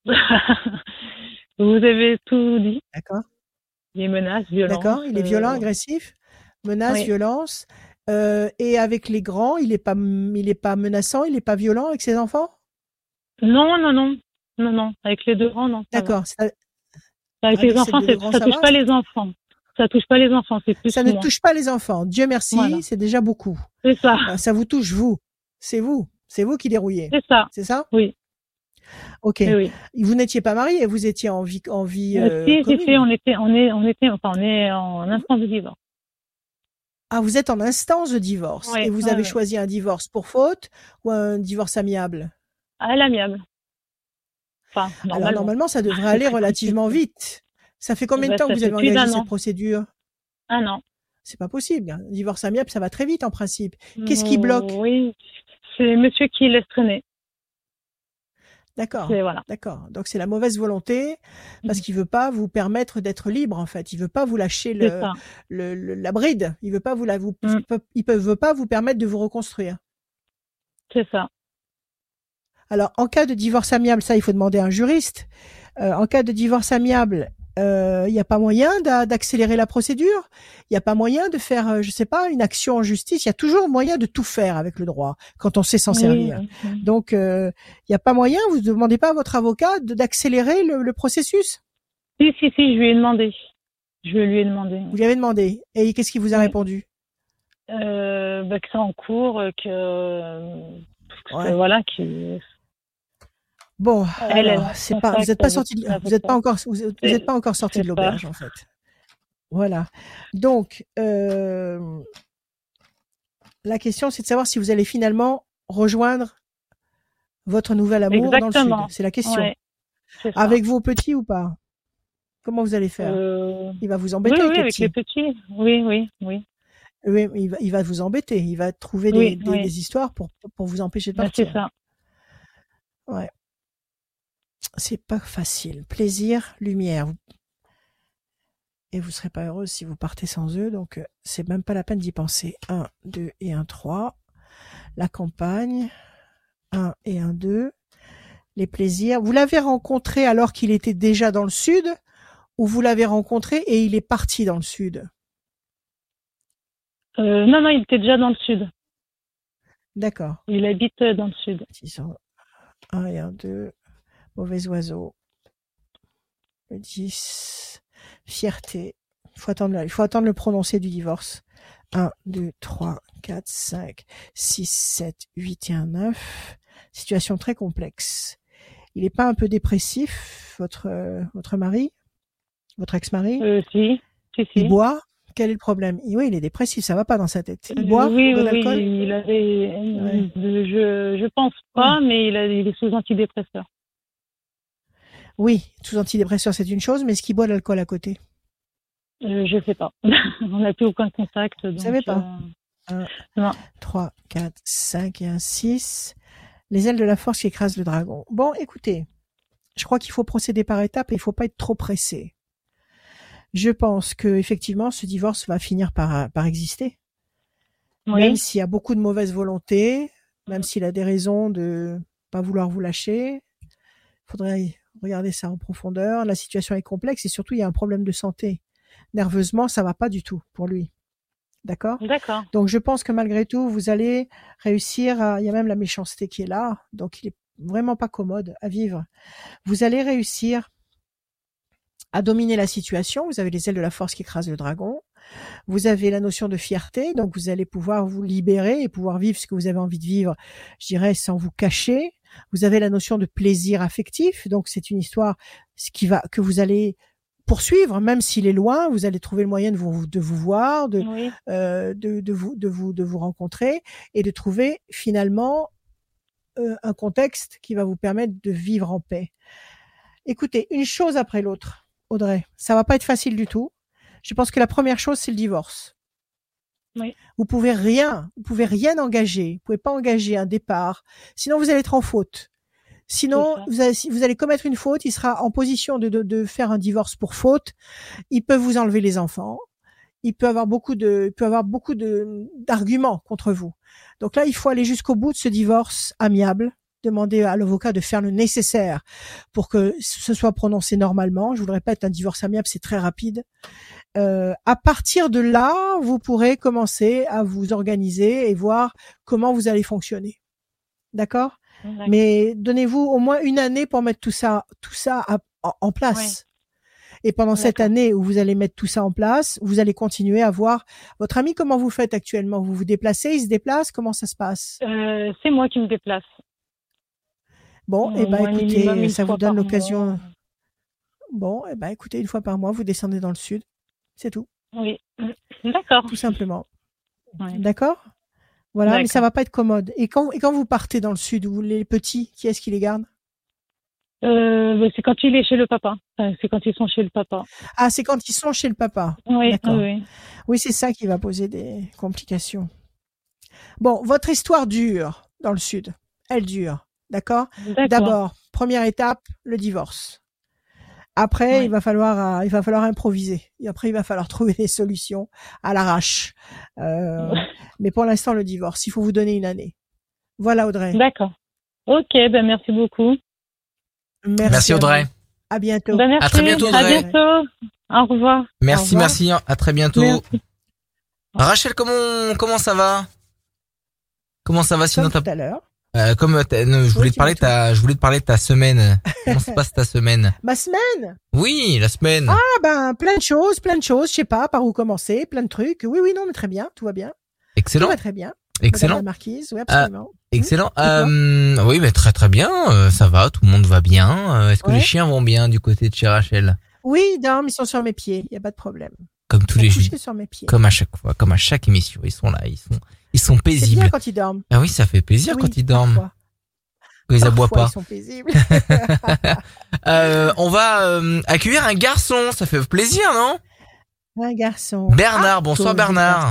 Vous avez tout dit.
D'accord.
Les menaces, violences.
D'accord. Il est violent,
euh,
agressif? Menace,
oui.
violence. Euh, et avec les grands, il est pas, il est pas menaçant, il est pas violent avec ses enfants?
Non, non, non, non, non. Avec les deux grands, non. ça va.
D'accord. Ça,
Avec
Avec
les enfants,
ces deux
c'est-
grands,
ça
ça
touche
va
pas les enfants. Ça touche pas les enfants, c'est plus
ça ne
moi.
touche pas les enfants. Dieu merci,
Voilà.
c'est déjà beaucoup.
C'est ça,
Euh, Ça vous touche, vous. C'est vous. C'est vous qui dérouillez.
c'est ça.
C'est ça?
Oui,
Ok.
oui, oui.
Vous n'étiez pas marié, vous étiez en vie, en vie
Euh,
euh,
si, si,
commune.
si, on était, on est, on était, enfin, on est en instance de divorce.
Ah, vous êtes en instance de divorce.
Ouais,
et vous
ouais,
avez
ouais.
choisi un divorce pour faute ou un divorce amiable?
À l'amiable. Enfin,
Alors,
normalement.
normalement, ça devrait aller relativement vite. Ça fait combien de
Bah,
temps que
ça
vous
fait
avez
plus
engagé
d'un
cette
an.
procédure?
Un an.
C'est pas possible. Un divorce amiable, ça va très vite en principe. Qu'est-ce qui
Euh,
bloque?
Oui, c'est monsieur qui laisse traîner.
D'accord.
C'est voilà.
D'accord. Donc c'est la mauvaise volonté parce
Mhm.
qu'il veut pas vous permettre d'être libre en fait. Il veut pas vous lâcher
C'est
le,
ça.
le, le- la bride. Il veut pas vous la vous
Mm.
il peut, il peut- veut pas vous permettre de vous reconstruire.
C'est ça.
Alors en cas de divorce amiable, ça il faut demander à un juriste. Euh, en cas de divorce amiable, il n'y a pas moyen d'a- d'accélérer la procédure. Il n'y a pas moyen de faire, euh, je sais pas, une action en justice. Il y a toujours moyen de tout faire avec le droit quand on sait s'en
Oui,
servir.
oui, oui.
Donc il n'y a pas moyen. Vous ne demandez pas à votre avocat de- d'accélérer le, le processus.
Si, si, si, je lui ai demandé. Je lui ai demandé.
Vous lui avez demandé. Et qu'est-ce qu'il vous a
Oui.
répondu?
Euh, bah, que c'est en cours, euh, que, que
Ouais.
voilà, qui.
Bon,
Elle,
alors,
elle
c'est pas, vous n'êtes pas sorti, de, vous êtes pas encore, vous êtes, vous êtes pas encore sorti de
C'est pas.
l'auberge en fait. Voilà. Donc, euh, la question, c'est de savoir si vous allez finalement rejoindre votre nouvel amour dans le
Exactement.
sud. C'est la question.
Ouais, c'est ça.
Avec vos petits ou pas? Comment vous allez faire?
Euh,
Il va vous
Oui,
embêter
oui,
avec les
avec
petits.
les petits. Oui, oui, oui.
Oui, il va, il va vous embêter. Il va trouver
Oui,
des, des,
oui.
des histoires pour, pour vous empêcher de
Bah, c'est
partir.
ça.
Ouais. C'est pas facile. Plaisir, lumière. Et vous serez pas heureuse si vous partez sans eux, donc euh, c'est même pas la peine d'y penser. Un, deux et un, trois. La campagne. un et un, deux. Les plaisirs. Vous l'avez rencontré alors qu'il était déjà dans le sud ou vous l'avez rencontré et il est parti dans le sud?
Euh, non, non, il était déjà dans le sud.
D'accord.
Il habite dans le sud.
un et un, deux. Mauvais oiseau. Le dix. Fierté. Il faut attendre, il faut attendre le prononcé du divorce. un, deux, trois, quatre, cinq, six, sept, huit et un, neuf. Situation très complexe. Il n'est pas un peu dépressif, votre, euh, votre mari? Votre ex-mari?
Euh, si, si, si.
Il boit? Quel est le problème? Oui, il est dépressif, ça va pas dans sa tête. Il boit?
Euh, oui,
de
oui,
l'alcool?
oui, il avait,
Ouais.
je, je pense pas, mais il a, il est sous antidépresseur.
Oui, sous antidépresseur, c'est une chose, mais est-ce qu'il boit de l'alcool à côté?
Euh, je sais pas. On n'a plus aucun contact.
Vous
donc,
savez pas?
euh,
un,
non.
trois, quatre, cinq et un six. Les ailes de la force qui écrasent le dragon. Bon, écoutez, je crois qu'il faut procéder par étapes et il faut pas être trop pressé. Je pense que effectivement, ce divorce va finir par, par exister.
Oui.
Même s'il y a beaucoup de mauvaise volonté, même s'il a des raisons de pas vouloir vous lâcher, faudrait regarder ça en profondeur. La situation est complexe et surtout, il y a un problème de santé. Nerveusement, ça va pas du tout pour lui. D'accord?
D'accord.
Donc, je pense que malgré tout, vous allez réussir à, il y a même la méchanceté qui est là. Donc, il est vraiment pas commode à vivre. Vous allez réussir à dominer la situation. Vous avez les ailes de la force qui écrasent le dragon. Vous avez la notion de fierté. Donc, vous allez pouvoir vous libérer et pouvoir vivre ce que vous avez envie de vivre, je dirais, sans vous cacher. Vous avez la notion de plaisir affectif. Donc, c'est une histoire qui va, que vous allez poursuivre, même s'il est loin, vous allez trouver le moyen de vous, de vous voir, de,
Oui.
euh, de, de vous, de vous, de vous rencontrer et de trouver finalement euh, un contexte qui va vous permettre de vivre en paix. Écoutez, une chose après l'autre, Audrey, ça va pas être facile du tout. Je pense que la première chose, c'est le divorce.
Oui.
Vous pouvez rien, vous pouvez rien engager, vous pouvez pas engager un départ, sinon vous allez être en faute. Sinon, vous allez, si vous allez commettre une faute, il sera en position de, de, de faire un divorce pour faute. Il peut vous enlever les enfants. Il peut avoir beaucoup de, il peut avoir beaucoup de, d'arguments contre vous. Donc là, il faut aller jusqu'au bout de ce divorce amiable. Demander à l'avocat de faire le nécessaire pour que ce soit prononcé normalement. Je vous le répète, un divorce amiable, c'est très rapide. Euh, à partir de là, vous pourrez commencer à vous organiser et voir comment vous allez fonctionner. D'accord?
D'accord.
Mais donnez-vous au moins une année pour mettre tout ça, tout ça à, en, en place. Oui. Et pendant cette année où vous allez mettre tout ça en place, vous allez continuer à voir votre ami. Comment vous faites actuellement? Vous vous déplacez? Il se déplace? Comment ça se passe?
euh, C'est moi qui me déplace.
Bon,
euh,
et ben écoutez, ça vous donne l'occasion.
Mois.
Bon, et ben écoutez, une fois par mois, vous descendez dans le sud. C'est tout.
Oui, d'accord.
Tout simplement.
Ouais.
D'accord? Voilà, mais ça va pas être commode. Et quand, et quand vous partez dans le sud, vous, les petits, qui est-ce qui les garde?
euh, C'est quand il est chez le papa. Enfin, c'est quand ils sont chez le papa.
Ah, c'est quand ils sont chez le papa.
Oui,
d'accord.
Oui,
oui c'est ça qui va poser des complications. Bon, votre histoire dure dans le sud. Elle dure. D'accord? D'abord, première étape, le divorce. Après, oui. il va falloir, euh, il va falloir improviser. Et après, il va falloir trouver des solutions à l'arrache. Euh, mais pour l'instant, le divorce, il faut vous donner une année. Voilà, Audrey.
D'accord. Ok, ben merci beaucoup.
Merci, merci Audrey.
À, à bientôt.
Ben merci.
À très bientôt, Audrey.
À bientôt. Au revoir.
Merci,
Au revoir.
merci. À très bientôt.
Merci.
Rachel, comment, comment ça va? Comment ça va sinon
Comme tout à l'heure.
Euh, comme euh, je voulais oui, te parler de ta, je voulais te parler de ta semaine. Comment se passe ta semaine?
Ma semaine?
Oui, la semaine.
Ah ben plein de choses, plein de choses. Je sais pas par où commencer, plein de trucs. Oui, oui, non, mais très bien, tout va bien.
Excellent.
Tout va très bien.
Excellent.
Madame la marquise, oui, absolument.
Euh, excellent. Mmh. Euh, oui, mais très très bien. Euh, ça va, tout le monde va bien. Euh, est-ce que ouais. les chiens vont bien du côté de chez Rachel?
Oui, ils dorment, ils sont sur mes pieds. Il y a pas de problème.
Comme tous les jours.
Sur mes pieds.
Comme à chaque fois, comme à chaque émission, ils sont là, ils sont, ils sont paisibles.
C'est bien quand ils dorment.
Ah oui, ça fait plaisir
oui,
quand ils dorment.
Parfois.
Quand ils aboient pas.
Ils sont paisibles.
euh, on va euh, accueillir un garçon, ça fait plaisir, non?
Un garçon.
Bernard, ah, bonsoir Bernard.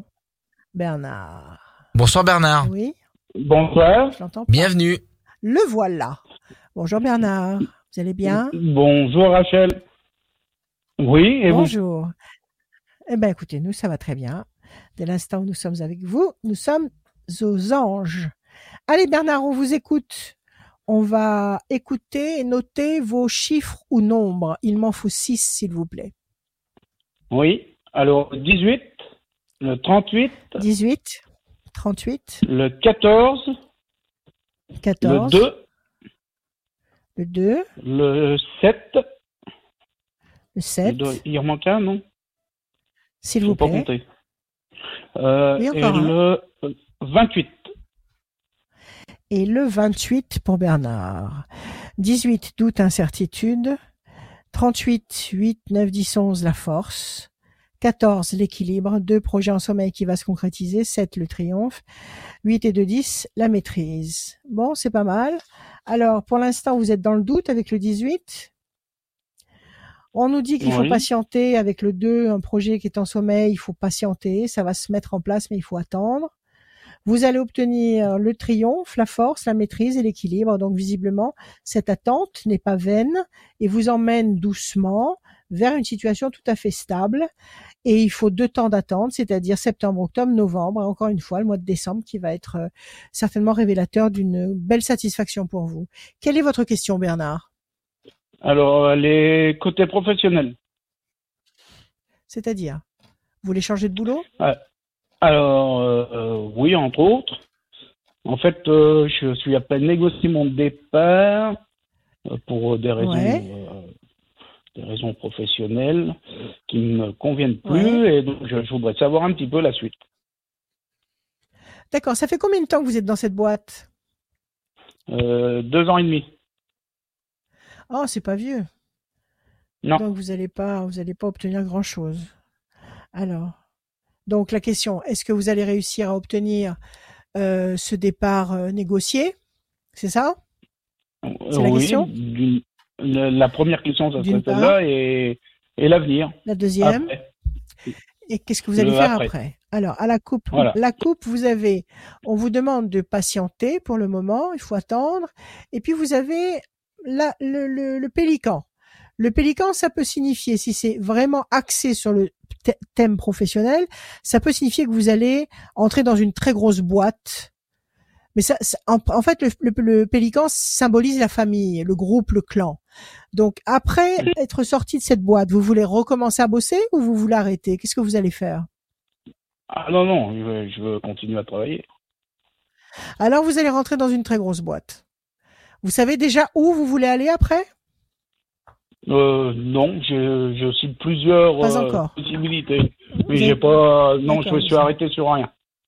Bernard.
Bonsoir Bernard.
Oui.
Bonsoir.
Bienvenue.
Le voilà. Bonjour Bernard. Vous allez bien?
Bonjour Rachel. Oui, et
Bonjour. Vous? Eh ben écoutez, nous ça va très bien. Dès l'instant où nous sommes avec vous, nous sommes aux anges. Allez Bernard, on vous écoute. On va écouter et noter vos chiffres ou nombres. Il m'en faut six, s'il vous plaît.
Oui. Alors, dix-huit, le trente-huit,
dix-huit, trente-huit,
le quatorze,
quatorze,
le deux,
le deux,
le sept.
le sept,
Il, doit, il en manque un, non?
s'il
Faut
vous
pas
plaît.
compter. Euh,
Oui,
et
encore un.
le vingt-huit.
Et le vingt-huit pour Bernard. dix-huit, doute, incertitude. trente-huit, huit, neuf, dix, onze, la force. quatorze, l'équilibre. deux, projet en sommeil qui va se concrétiser. sept, le triomphe. huit et deux, dix, la maîtrise. Bon, c'est pas mal. Alors, pour l'instant, vous êtes dans le doute avec le dix-huit. On nous dit qu'il faut
Oui.
patienter avec le deux, un projet qui est en sommeil, il faut patienter. Ça va se mettre en place, mais il faut attendre. Vous allez obtenir le triomphe, la force, la maîtrise et l'équilibre. Donc, visiblement, cette attente n'est pas vaine et vous emmène doucement vers une situation tout à fait stable. Et il faut deux temps d'attente, c'est-à-dire septembre, octobre, novembre, et encore une fois, le mois de décembre qui va être euh, certainement révélateur d'une belle satisfaction pour vous. Quelle est votre question, Bernard?
Alors, les côtés professionnels.
C'est-à-dire, vous voulez changer de boulot?
Alors, euh, euh, oui, entre autres. En fait, euh, je suis à peine négocié mon départ euh, pour des raisons,
Ouais.
euh, des raisons professionnelles qui ne me conviennent plus, et donc je, je voudrais savoir un petit peu la suite.
D'accord. Ça fait combien de temps que vous êtes dans cette boîte?
Euh, deux ans et demi.
Oh, c'est pas vieux.
Non.
Donc vous allez pas, vous allez pas obtenir grand-chose. Alors, donc la question, est-ce que vous allez réussir à obtenir euh, ce départ euh, négocié? C'est ça? C'est la
oui,
question
d'une- la, la première question, ça
D'une
serait
part.
celle-là, et, et l'avenir.
La deuxième?
Après.
Et qu'est-ce que vous allez
Le
faire
après.
après? Alors, à la coupe,
Voilà.
la coupe, vous avez, on vous demande de patienter pour le moment, il faut attendre. Et puis vous avez la, le, le, le pélican. Le pélican, ça peut signifier, si c'est vraiment axé sur le th- thème professionnel, ça peut signifier que vous allez entrer dans une très grosse boîte. Mais ça, ça- en, en fait, le, le, le pélican symbolise la famille, le groupe, le clan. Donc, après être sorti de cette boîte, vous voulez recommencer à bosser ou vous voulez arrêter? Qu'est-ce que vous allez faire?
Ah non, non, je veux, je veux continuer à travailler.
Alors, vous allez rentrer dans une très grosse boîte. Vous savez déjà où vous voulez aller après?
Euh, non, je, je cite plusieurs
Pas
euh,
encore.
possibilités. Mais
Vous
j'ai
avez-
pas. Non,
D'accord,
je me suis
vous-
arrêté sur rien.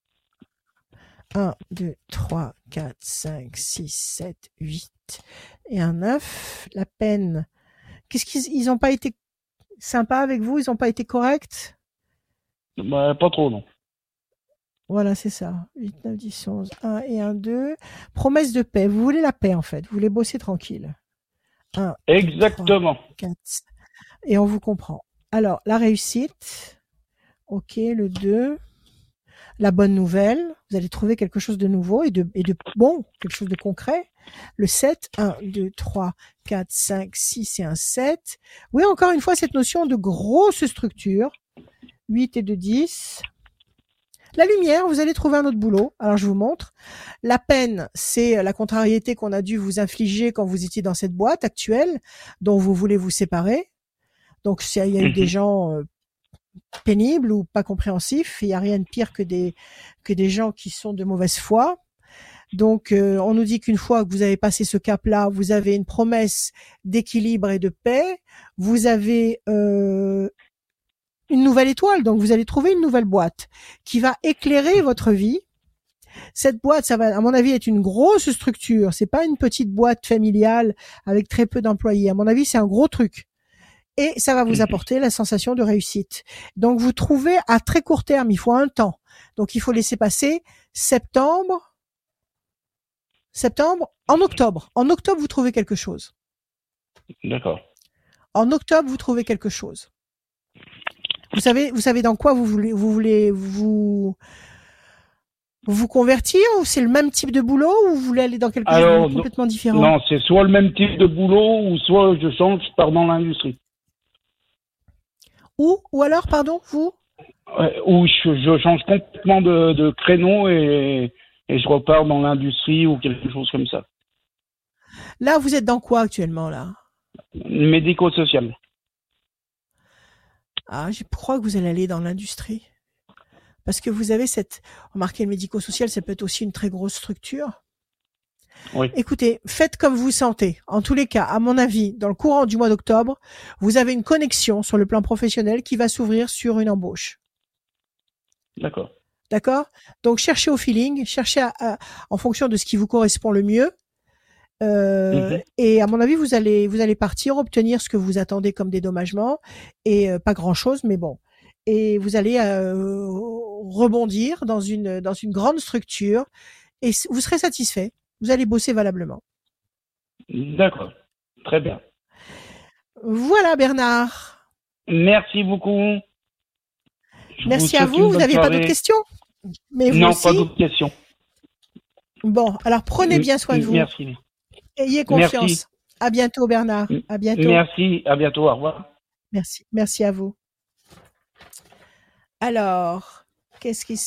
un, deux, trois, quatre, cinq, six, sept, huit et un neuf. La peine. Qu'est-ce qu'ils ils ont pas été sympas avec vous? Ils ont pas été corrects?
Bah, pas trop, non.
Voilà, c'est ça. huit, neuf, dix, onze. un et un, deux. Promesse de paix. Vous voulez la paix, en fait. Vous voulez bosser tranquille. un,
Exactement.
quatre. Et on vous comprend. Alors, la réussite. Ok, le deux. La bonne nouvelle. Vous allez trouver quelque chose de nouveau et de, et de bon, quelque chose de concret. Le sept. un, deux, trois, quatre, cinq, six et un sept. Oui, encore une fois, cette notion de grosse structure. huit et deux, dix. La lumière, vous allez trouver un autre boulot. Alors, je vous montre. La peine, c'est la contrariété qu'on a dû vous infliger quand vous étiez dans cette boîte actuelle, dont vous voulez vous séparer. Donc, c'est- il y a eu des gens euh, pénibles ou pas compréhensifs. Il n'y a rien de pire que des, que des gens qui sont de mauvaise foi. Donc, euh, on nous dit qu'une fois que vous avez passé ce cap-là, vous avez une promesse d'équilibre et de paix. Vous avez euh, une nouvelle étoile, donc vous allez trouver une nouvelle boîte qui va éclairer votre vie. Cette boîte, ça va, à mon avis, être une grosse structure. C'est pas une petite boîte familiale avec très peu d'employés. À mon avis, c'est un gros truc. Et ça va vous apporter la sensation de réussite. Donc, vous trouvez à très court terme, il faut un temps. Donc, il faut laisser passer septembre, septembre, en octobre. En octobre, vous trouvez quelque chose.
D'accord.
En octobre, vous trouvez quelque chose. Vous savez, vous savez dans quoi vous voulez, vous voulez vous vous convertir, ou c'est le même type de boulot, ou vous voulez aller dans quelque
Alors,
chose de complètement différent?
Non, c'est soit le même type de boulot, ou soit je change, je pars dans l'industrie.
Ou, ou alors, pardon, vous?
Ouais, ou je, je change complètement de, de créneau et et je repars dans l'industrie ou quelque chose comme ça.
Là, vous êtes dans quoi actuellement, là?
Médico-social.
Ah, je crois que vous allez aller dans l'industrie. Parce que vous avez cette... Remarquez, le médico-social, ça peut être aussi une très grosse structure.
Oui.
Écoutez, faites comme vous sentez. En tous les cas, à mon avis, dans le courant du mois d'octobre, vous avez une connexion sur le plan professionnel qui va s'ouvrir sur une embauche.
D'accord.
D'accord? Donc, cherchez au feeling, cherchez à, à, en fonction de ce qui vous correspond le mieux. Euh, mm-hmm. Et à mon avis, vous allez, vous allez partir, obtenir ce que vous attendez comme dédommagement, et euh, pas grand chose, mais bon. Et vous allez euh, rebondir dans une, dans une grande structure, et vous serez satisfait. Vous allez bosser valablement.
D'accord. Très bien.
Voilà, Bernard.
Merci beaucoup.
Je Merci vous à vous. Vous n'aviez pas d'autres questions? Mais vous
non,
aussi.
Pas d'autres questions.
Bon, alors prenez bien soin de vous.
Merci.
Ayez confiance.
Merci.
À bientôt, Bernard. À bientôt.
Merci. À bientôt. Au revoir.
Merci. Merci à vous. Alors, qu'est-ce qui se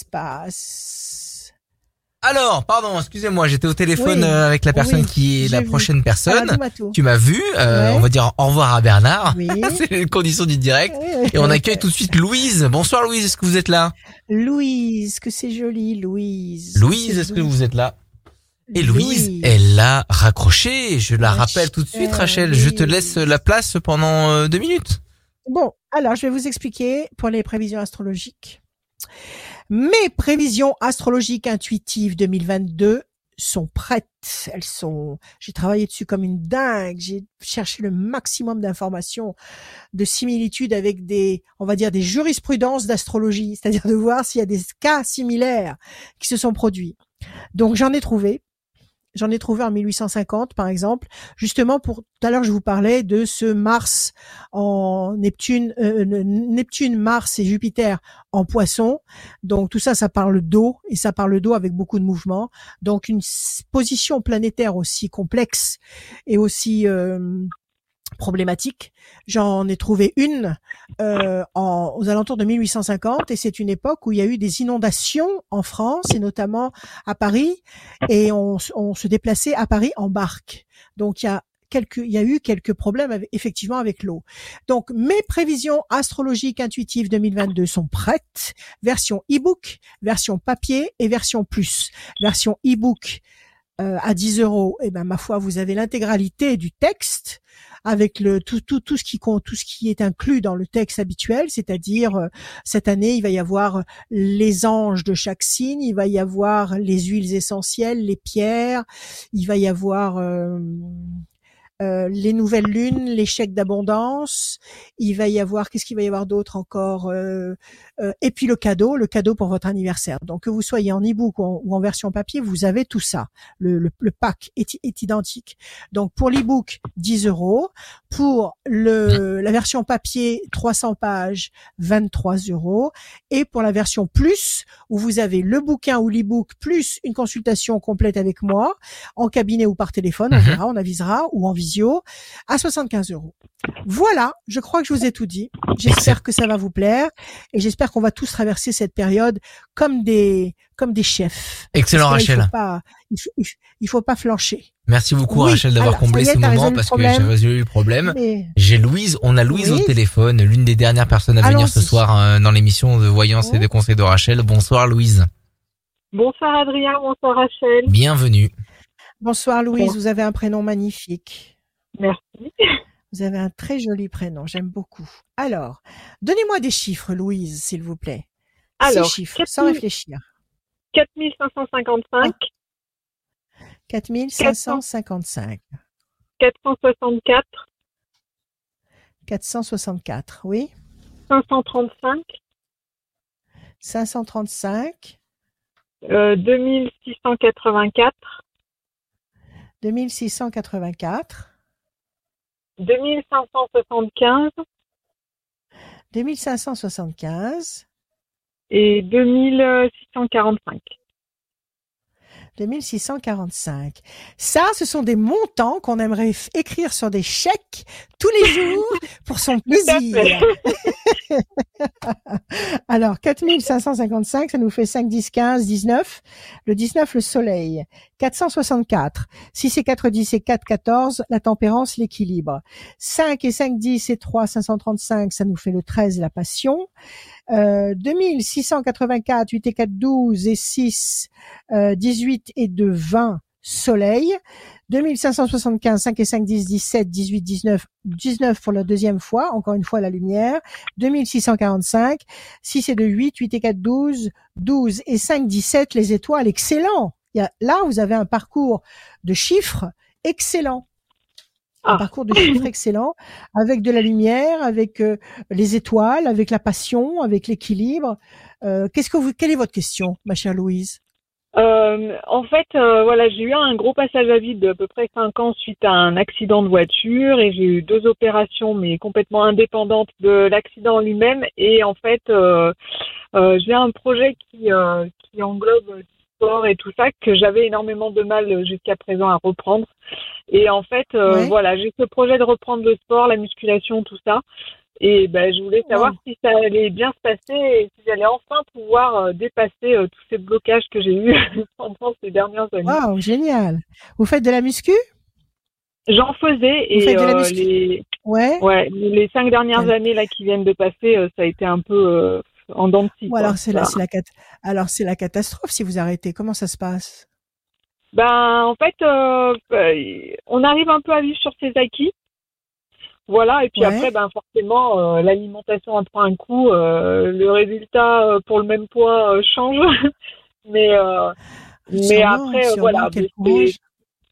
passe?
Alors, pardon, excusez-moi, j'étais au téléphone
oui,
avec la personne
oui,
qui est la
vu.
prochaine personne.
Ah,
tu m'as vu, euh, ouais. On va dire au revoir à Bernard.
Oui.
C'est les conditions du direct. Oui. Et on accueille tout de suite Louise. Bonsoir Louise, est-ce que vous êtes là?
Louise, que c'est joli, Louise.
Louise, est-ce que vous êtes là? Et Louise, Louise, elle l'a raccroché. Je la Rachel, rappelle tout de suite, Rachel. Louise. Je te laisse la place pendant euh, deux minutes.
Bon, alors je vais vous expliquer pour les prévisions astrologiques. Mes prévisions astrologiques intuitives deux mille vingt-deux sont prêtes. Elles sont, j'ai travaillé dessus comme une dingue. J'ai cherché le maximum d'informations, de similitudes avec des, on va dire, des jurisprudences d'astrologie, c'est-à-dire de voir s'il y a des cas similaires qui se sont produits. Donc j'en ai trouvé. J'en ai trouvé en mille huit cent cinquante, par exemple, justement pour, tout à l'heure, je vous parlais de ce Mars en Neptune, euh, Neptune, Mars et Jupiter en Poisson. Donc, tout ça, ça parle d'eau, et ça parle d'eau avec beaucoup de mouvements. Donc, une position planétaire aussi complexe et aussi, euh, problématique. J'en ai trouvé une euh, en, aux alentours de mille huit cent cinquante, et c'est une époque où il y a eu des inondations en France et notamment à Paris, et on, on se déplaçait à Paris en barque. Donc il y a quelques, il y a eu quelques problèmes avec, effectivement avec l'eau. Donc mes prévisions astrologiques intuitives deux mille vingt-deux sont prêtes. Version e-book, version papier et version plus. Version e-book euh, à dix euros. Et ben ma foi, vous avez l'intégralité du texte, avec le tout tout tout ce qui compte, tout ce qui est inclus dans le texte habituel, c'est-à-dire euh, cette année il va y avoir les anges de chaque signe, il va y avoir les huiles essentielles, les pierres, il va y avoir euh, euh, les nouvelles lunes, les chèques d'abondance, il va y avoir, qu'est-ce qu'il va y avoir d'autre encore, euh, euh, et puis le cadeau, le cadeau pour votre anniversaire. Donc que vous soyez en e-book ou en, ou en version papier, vous avez tout ça. Le, le, le pack est, est identique. Donc pour l'e-book, dix euros. Pour le la version papier, trois cents pages, vingt-trois euros. Et pour la version plus, où vous avez le bouquin ou l'e-book plus une consultation complète avec moi, en cabinet ou par téléphone, on verra, on avisera, ou en visio, à soixante-quinze euros. Voilà, je crois que je vous ai tout dit. J'espère que ça va vous plaire, et j'espère qu'on va tous traverser cette période comme des comme des chefs.
Excellent, Rachel.
Il faut pas, il faut, il faut pas flancher.
Merci beaucoup,
oui,
Rachel, d'avoir
alors,
comblé
est,
ce moment, parce que j'ai résolu le problème.
Mais...
J'ai Louise, on a Louise oui. au téléphone, l'une des dernières personnes à venir
Allons-y.
ce soir euh, dans l'émission de Voyance oh. et de conseils de Rachel. Bonsoir, Louise.
Bonsoir, Adrien. Bonsoir, Rachel.
Bienvenue.
Bonsoir, Louise.
Bon.
Vous avez un prénom magnifique.
Merci.
Vous avez un très joli prénom. J'aime beaucoup. Alors, donnez-moi des chiffres, Louise, s'il vous plaît.
Alors,
Six chiffres, sans réfléchir.
quatre mille cinq cent cinquante-cinq.
quatre mille cinq cent cinquante-cinq.
quatre cent soixante-quatre.
quatre cent soixante-quatre, oui.
cinq cent trente-cinq.
cinq cent trente-cinq.
Euh, deux mille six cent quatre-vingt-quatre.
deux mille six cent quatre-vingt-quatre.
deux mille cinq cent soixante-quinze.
deux mille cinq cent soixante-quinze.
Et deux mille six cent quarante-cinq.
deux mille six cent quarante-cinq. Ça, ce sont des montants qu'on aimerait f- écrire sur des chèques tous les jours pour son plaisir. Alors, quatre mille cinq cent cinquante-cinq, ça nous fait cinq, dix, quinze, dix-neuf. Le dix-neuf, le soleil. quatre cent soixante-quatre. six et quatre, dix et quatre, quatorze. La tempérance, l'équilibre. cinq et cinq, dix et trois, cinq cent trente-cinq, ça nous fait le treize, la passion. Euh, deux mille six cent quatre-vingt-quatre, huit et quatre, douze et six, euh, dix-huit et deux, vingt, soleil. deux mille cinq cent soixante-quinze, cinq et cinq, dix, dix-sept, dix-huit, dix-neuf, dix-neuf pour la deuxième fois, encore une fois la lumière. deux mille six cent quarante-cinq, six et deux, huit, huit et quatre, douze, douze et cinq, dix-sept, les étoiles, excellent. Il y a, là, vous avez un parcours de chiffres excellent. Un
Ah.
parcours de chiffres excellent, avec de la lumière, avec euh, les étoiles, avec la passion, avec l'équilibre. Euh, qu'est-ce que vous, quelle est votre question, ma chère Louise?
Euh, en fait, euh, voilà, j'ai eu un gros passage à vide d'à peu près cinq ans suite à un accident de voiture et j'ai eu deux opérations, mais complètement indépendantes de l'accident lui-même. Et en fait, euh, euh, j'ai un projet qui, euh, qui englobe le sport et tout ça que j'avais énormément de mal jusqu'à présent à reprendre. Et en fait, euh,
Ouais.
voilà, j'ai ce projet de reprendre le sport, la musculation, tout ça. Et ben, je voulais savoir
Wow.
si ça allait bien se passer et si j'allais enfin pouvoir euh, dépasser euh, tous ces blocages que j'ai eus pendant ces dernières années.
Waouh, génial. Vous faites de la muscu?
J'en faisais
Vous
et
faites de la
euh,
muscu?
les
Ouais.
ouais les cinq dernières
Quel-
années là qui viennent de passer, euh, ça a été un peu euh, en dents de scie,
Ou
quoi.
alors c'est la,
Ça-
c'est la cat- alors c'est la catastrophe si vous arrêtez. Comment ça se passe?
Ben en fait, euh, euh, on arrive un peu à vivre sur ses acquis. Voilà, et puis
Ouais.
après, ben forcément, euh, l'alimentation en prend un coup, euh, le résultat euh, pour le même poids euh, change, mais euh, mais
Sûrement,
après, euh,
sûrement.
voilà,
Quel
mais
courage.
c'est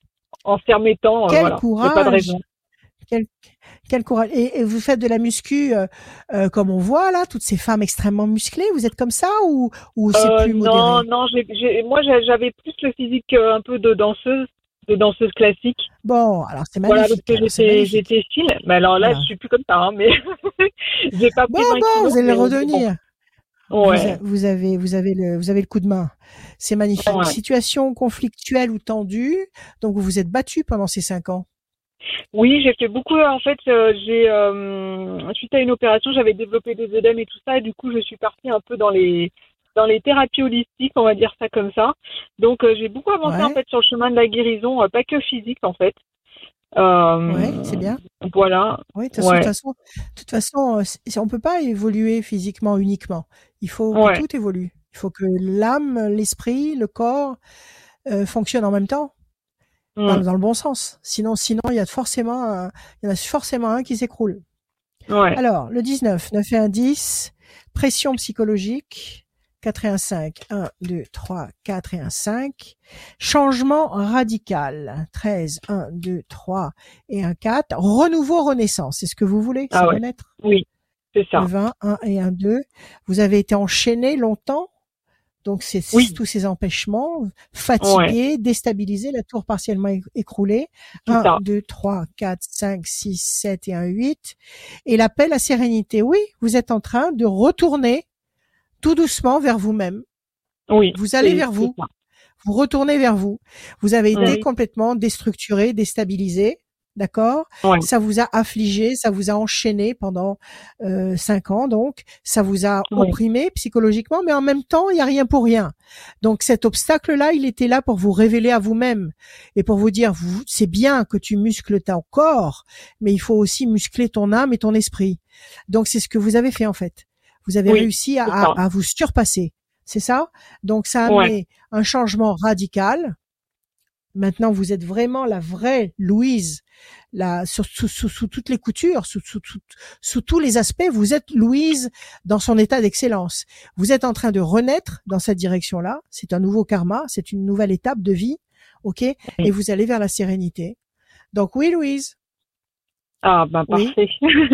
en s'y remettant, euh,
Quel
voilà, il n'y a pas de
courage.
raison.
Quel, quel courage. Et, et vous faites de la muscu, euh, euh, comme on voit là, toutes ces femmes extrêmement musclées. Vous êtes comme ça ou, ou c'est
Euh,
plus
non,
modéré?
non, j'ai, j'ai, moi j'ai- j'avais plus le physique euh, un peu de danseuse, de danseuse classique.
Bon, alors c'est
Voilà, parce
magnifique.
que
Alors c'est
j'étais,
magnifique.
j'étais fine. Mais alors là,
Voilà.
je suis plus comme ça, hein, mais j'ai pas
Bon,
pris vingt
bon,
kilos,
vous allez le
mais bon.
redevenir. Vous, a-
Ouais,
vous avez, vous avez le, vous avez le coup de main. C'est magnifique.
ouais.
Situation conflictuelle ou tendue. Donc vous vous êtes battu pendant ces cinq ans.
Oui, j'ai fait beaucoup. En fait, euh, j'ai euh, suite à une opération, j'avais développé des œdèmes et tout ça, et du coup, je suis partie un peu dans les dans les thérapies holistiques, on va dire ça comme ça. Donc, euh, j'ai beaucoup avancé en
Ouais,
fait sur le chemin de la guérison, euh, pas que physique en fait. Euh,
ouais, c'est bien.
voilà.
Oui, de toute façon, de toute
Ouais,
façon, de toute façon, euh, c'est- on peut pas évoluer physiquement uniquement. Il faut que
ouais.
tout évolue. Il faut que l'âme, l'esprit, le corps euh, fonctionnent en même temps, dans,
Mm.
dans le bon sens. Sinon, sinon, il y a forcément, un, il y en a forcément un qui s'écroule.
Ouais.
Alors, le dix-neuf, neuf et un, dix, pression psychologique, quatre et un, cinq, un, deux, trois, quatre et un, cinq, changement radical, treize, un, deux, trois et un, quatre, renouveau, renaissance, c'est ce que vous voulez, c'est
Ah ouais.
renaître?
Oui, c'est
Le
ça.
vingt, un et un, deux, vous avez été enchaîné longtemps, donc c'est c'est
Oui.
tous ces empêchements, fatigué, déstabilisé, la tour partiellement é- écroulée,
C'est
un,
ça.
deux, trois, quatre, cinq, six, sept et un, huit, et l'appel à sérénité. Oui, vous êtes en train de retourner tout doucement vers vous-même.
Oui.
Vous allez
c'est-
vers
c'est
vous,
ça.
vous retournez vers vous. Vous avez été
Oui.
complètement déstructuré, déstabilisé, d'accord?
Ouais.
Ça vous a affligé, ça vous a enchaîné pendant euh, cinq ans, donc ça vous a
Oui.
opprimé psychologiquement, mais en même temps, il y a rien pour rien. Donc cet obstacle-là, il était là pour vous révéler à vous-même et pour vous dire, vous, c'est bien que tu muscles ton corps, mais il faut aussi muscler ton âme et ton esprit. Donc c'est ce que vous avez fait en fait. Vous avez
Oui,
réussi à,
c'est ça.
à, à vous surpasser, c'est ça? Donc ça a
Ouais.
amené un changement radical. Maintenant, vous êtes vraiment la vraie Louise, la, sur, sous, sous, sous toutes les coutures, sous, sous, sous, sous tous les aspects. Vous êtes Louise dans son état d'excellence. Vous êtes en train de renaître dans cette direction-là. C'est un nouveau karma, c'est une nouvelle étape de vie, ok?
Oui.
Et vous allez vers la sérénité. Donc oui, Louise,
Ah ben
oui,
parfait.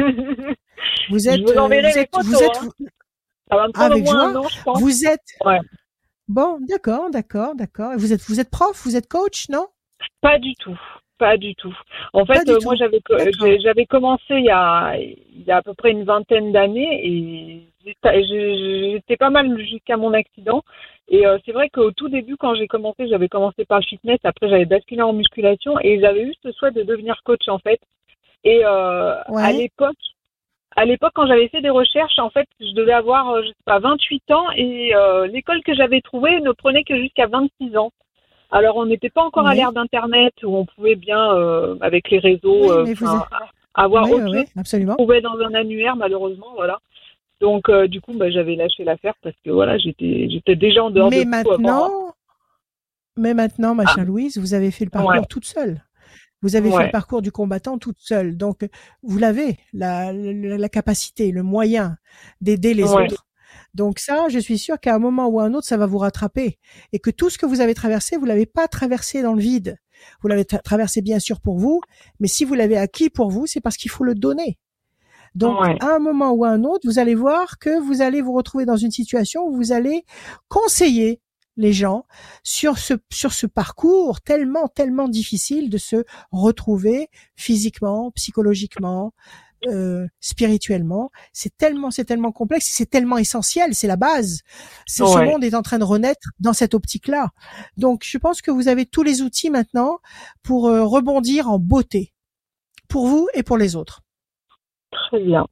vous êtes,
Je vous
euh,
enverrai
vous
les
êtes,
photos.
vous êtes,
Hein. Ça va me prendre
avec
au moins
joie.
un an, je pense.
Vous êtes,
Ouais.
bon, d'accord, d'accord, d'accord. Vous êtes, vous êtes prof, vous êtes coach, non?
Pas du tout, pas du tout. En
Pas
fait,
du
euh,
tout.
moi j'avais co-
D'accord.
j'ai- j'avais commencé il y a il y a à peu près une vingtaine d'années et j'étais je- j'étais pas mal jusqu'à mon accident. Et euh, c'est vrai qu'au tout début, quand j'ai commencé, j'avais commencé par le fitness, après j'avais basculé en musculation et j'avais eu ce souhait de devenir coach en fait. Et euh, à
Ouais,
l'époque, À l'époque, quand j'avais fait des recherches, en fait, je devais avoir, euh, je sais pas, vingt-huit ans et euh, l'école que j'avais trouvée ne prenait que jusqu'à vingt-six ans. Alors, on n'était pas encore
Oui.
à l'ère d'Internet où on pouvait bien, euh, avec les réseaux,
Oui,
euh,
mais vous
enfin,
êtes-
avoir
Oui,
autre
oui,
chose
oui, absolument.
qu'on trouvait dans un annuaire, malheureusement, voilà. Donc, euh, du coup, bah, j'avais lâché l'affaire parce que voilà, j'étais, j'étais déjà en dehors
Mais
de tout avant.
maintenant, mais maintenant, ma
Ah.
chère Louise, vous avez fait le parcours
Ouais.
toute seule. Vous avez fait
Ouais.
le parcours du combattant toute seule. Donc, vous l'avez, la, la, la capacité, le moyen d'aider les
Ouais.
autres. Donc ça, je suis sûre qu'à un moment ou à un autre, ça va vous rattraper. Et que tout ce que vous avez traversé, vous l'avez pas traversé dans le vide. Vous l'avez tra- traversé bien sûr pour vous, mais si vous l'avez acquis pour vous, c'est parce qu'il faut le donner. Donc,
Ouais.
à un moment ou à un autre, vous allez voir que vous allez vous retrouver dans une situation où vous allez conseiller les gens sur ce sur ce parcours tellement tellement difficile de se retrouver physiquement, psychologiquement, euh, spirituellement. C'est tellement c'est tellement complexe, c'est tellement essentiel, c'est la base. C'est, Ce
Ouais.
monde est en train de renaître dans cette optique-là. Donc, je pense que vous avez tous les outils maintenant pour euh, rebondir en beauté, pour vous et pour les autres.
Très bien.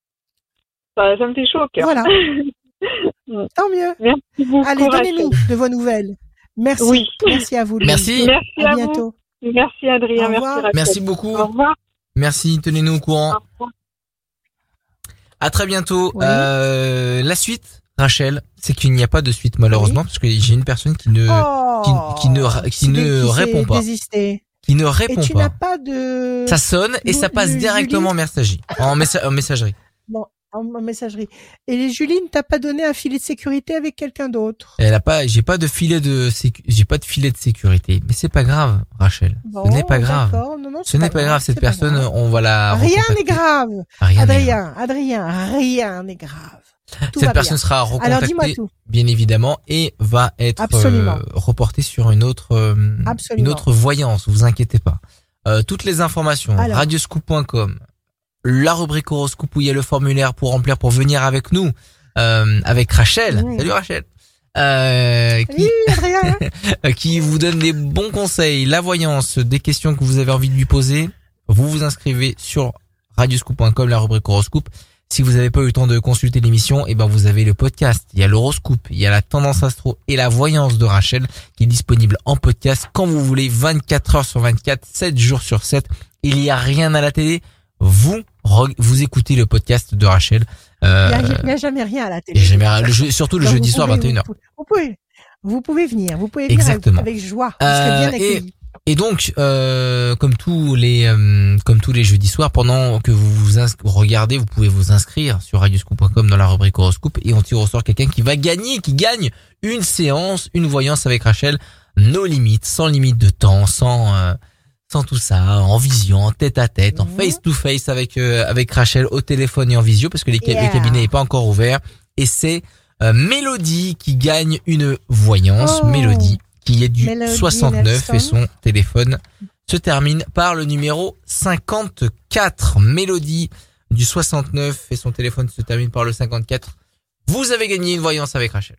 Ça, ça me fait chaud au cœur.
Voilà. Tant mieux.
Merci beaucoup.
Allez,
Rachel.
donnez-nous de vos nouvelles. Merci.
Oui.
Merci à vous. Louise.
Merci.
Merci
À
à,
bientôt.
vous. Merci Adrien.
Au
Merci
revoir.
Rachel.
Merci beaucoup.
Au revoir.
Merci, tenez-nous au courant.
Au revoir.
À très bientôt.
Oui.
Euh, la suite, Rachel, c'est qu'il n'y a pas de suite malheureusement parce que j'ai une personne qui ne
Oh,
qui, qui ne qui
c'est
ne
qui s'est
répond pas,
désisté.
qui ne
Et
répond
tu
pas.
n'as pas de
Ça sonne et
Lou-
ça passe
Lu-
directement en
Julie
messagerie, en, messa- en messagerie.
bon, en, en messagerie. Et les Juline, t'as pas donné un filet de sécurité avec quelqu'un d'autre.
Elle a pas, j'ai pas de filet de sécu, j'ai pas de filet de sécurité, mais c'est pas grave, Rachel.
Bon,
Ce n'est pas grave.
d'accord. Non, non,
Ce
c'est
n'est pas grave. Cette
c'est pas
personne,
grave.
on va la.
Rien
recontacter.
n'est grave.
Rien n'est grave.
Adrien, Adrien, rien n'est grave. Tout
Cette
va
personne
bien.
sera
Alors dis-moi
recontactée,
tout.
bien évidemment, et va être
Absolument.
euh, reportée sur une autre, euh,
Absolument.
une autre voyance. Vous inquiétez pas. Euh, toutes les informations,
Alors.
radioscoop point com, la rubrique horoscope où il y a le formulaire pour remplir pour venir avec nous, euh, avec Rachel.
Mmh.
Salut Rachel. Euh, qui,
Oui, Adrien.
qui vous donne des bons conseils, la voyance, des questions que vous avez envie de lui poser. Vous vous inscrivez sur radioscoop point com, la rubrique horoscope. Si vous n'avez pas eu le temps de consulter l'émission, eh ben vous avez le podcast. Il y a l'horoscope, il y a la tendance astro et la voyance de Rachel qui est disponible en podcast quand vous voulez, vingt-quatre heures sur vingt-quatre, sept jours sur sept. Il n'y a rien à la télé. Vous vous écoutez le podcast de Rachel. Euh,
Il n'y a, il y a jamais rien à la télé.
et jamais, le jeu- surtout le
Donc,
jeudi
vous
soir,
pouvez-
vingt et une heures.
Vous pouvez, vous pouvez venir, vous pouvez venir
Exactement.
avec, avec joie. Vous
Euh,
serez bien
et-
accueillis.
Et donc, euh, comme tous les euh, comme tous les jeudis soirs, pendant que vous vous ins- regardez, vous pouvez vous inscrire sur radioscoop point com dans la rubrique horoscope et on tire au sort quelqu'un qui va gagner, qui gagne une séance, une voyance avec Rachel, nos limites, sans limite de temps, sans euh, sans tout ça, en vision, en tête à tête, en
Mhm.
face to face avec euh, avec Rachel au téléphone et en visio parce que les ca-
Yeah.
le cabinet n'est pas encore ouvert. Et c'est euh, Mélodie qui gagne une voyance,
Oh.
Mélodie qui est du
Mélodie
soixante-neuf et
Nelson.
son téléphone se termine par le numéro cinquante-quatre. Mélodie du soixante-neuf et son téléphone se termine par le cinquante-quatre. Vous avez gagné une voyance avec Rachel.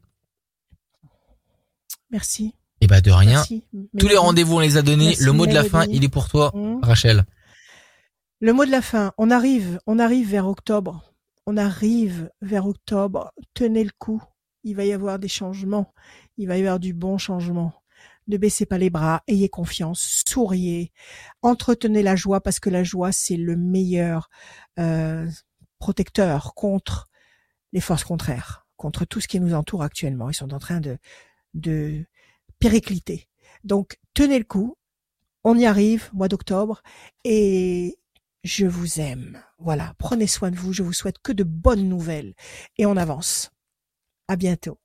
Merci.
Et bah de rien.
Merci.
Tous les
Mélodie.
rendez-vous on les a donnés.
Merci,
le mot de la
Mélodie.
fin, il est pour toi,
Mmh.
Rachel.
Le mot de la fin. On arrive, on arrive vers octobre. On arrive vers octobre. Tenez le coup. Il va y avoir des changements. Il va y avoir du bon changement. Ne baissez pas les bras. Ayez confiance. Souriez. Entretenez la joie parce que la joie, c'est le meilleur euh, protecteur contre les forces contraires, contre tout ce qui nous entoure actuellement. Ils sont en train de, de péricliter. Donc, tenez le coup. On y arrive, mois d'octobre. Et je vous aime. Voilà. Prenez soin de vous. Je vous souhaite que de bonnes nouvelles. Et on avance. À bientôt.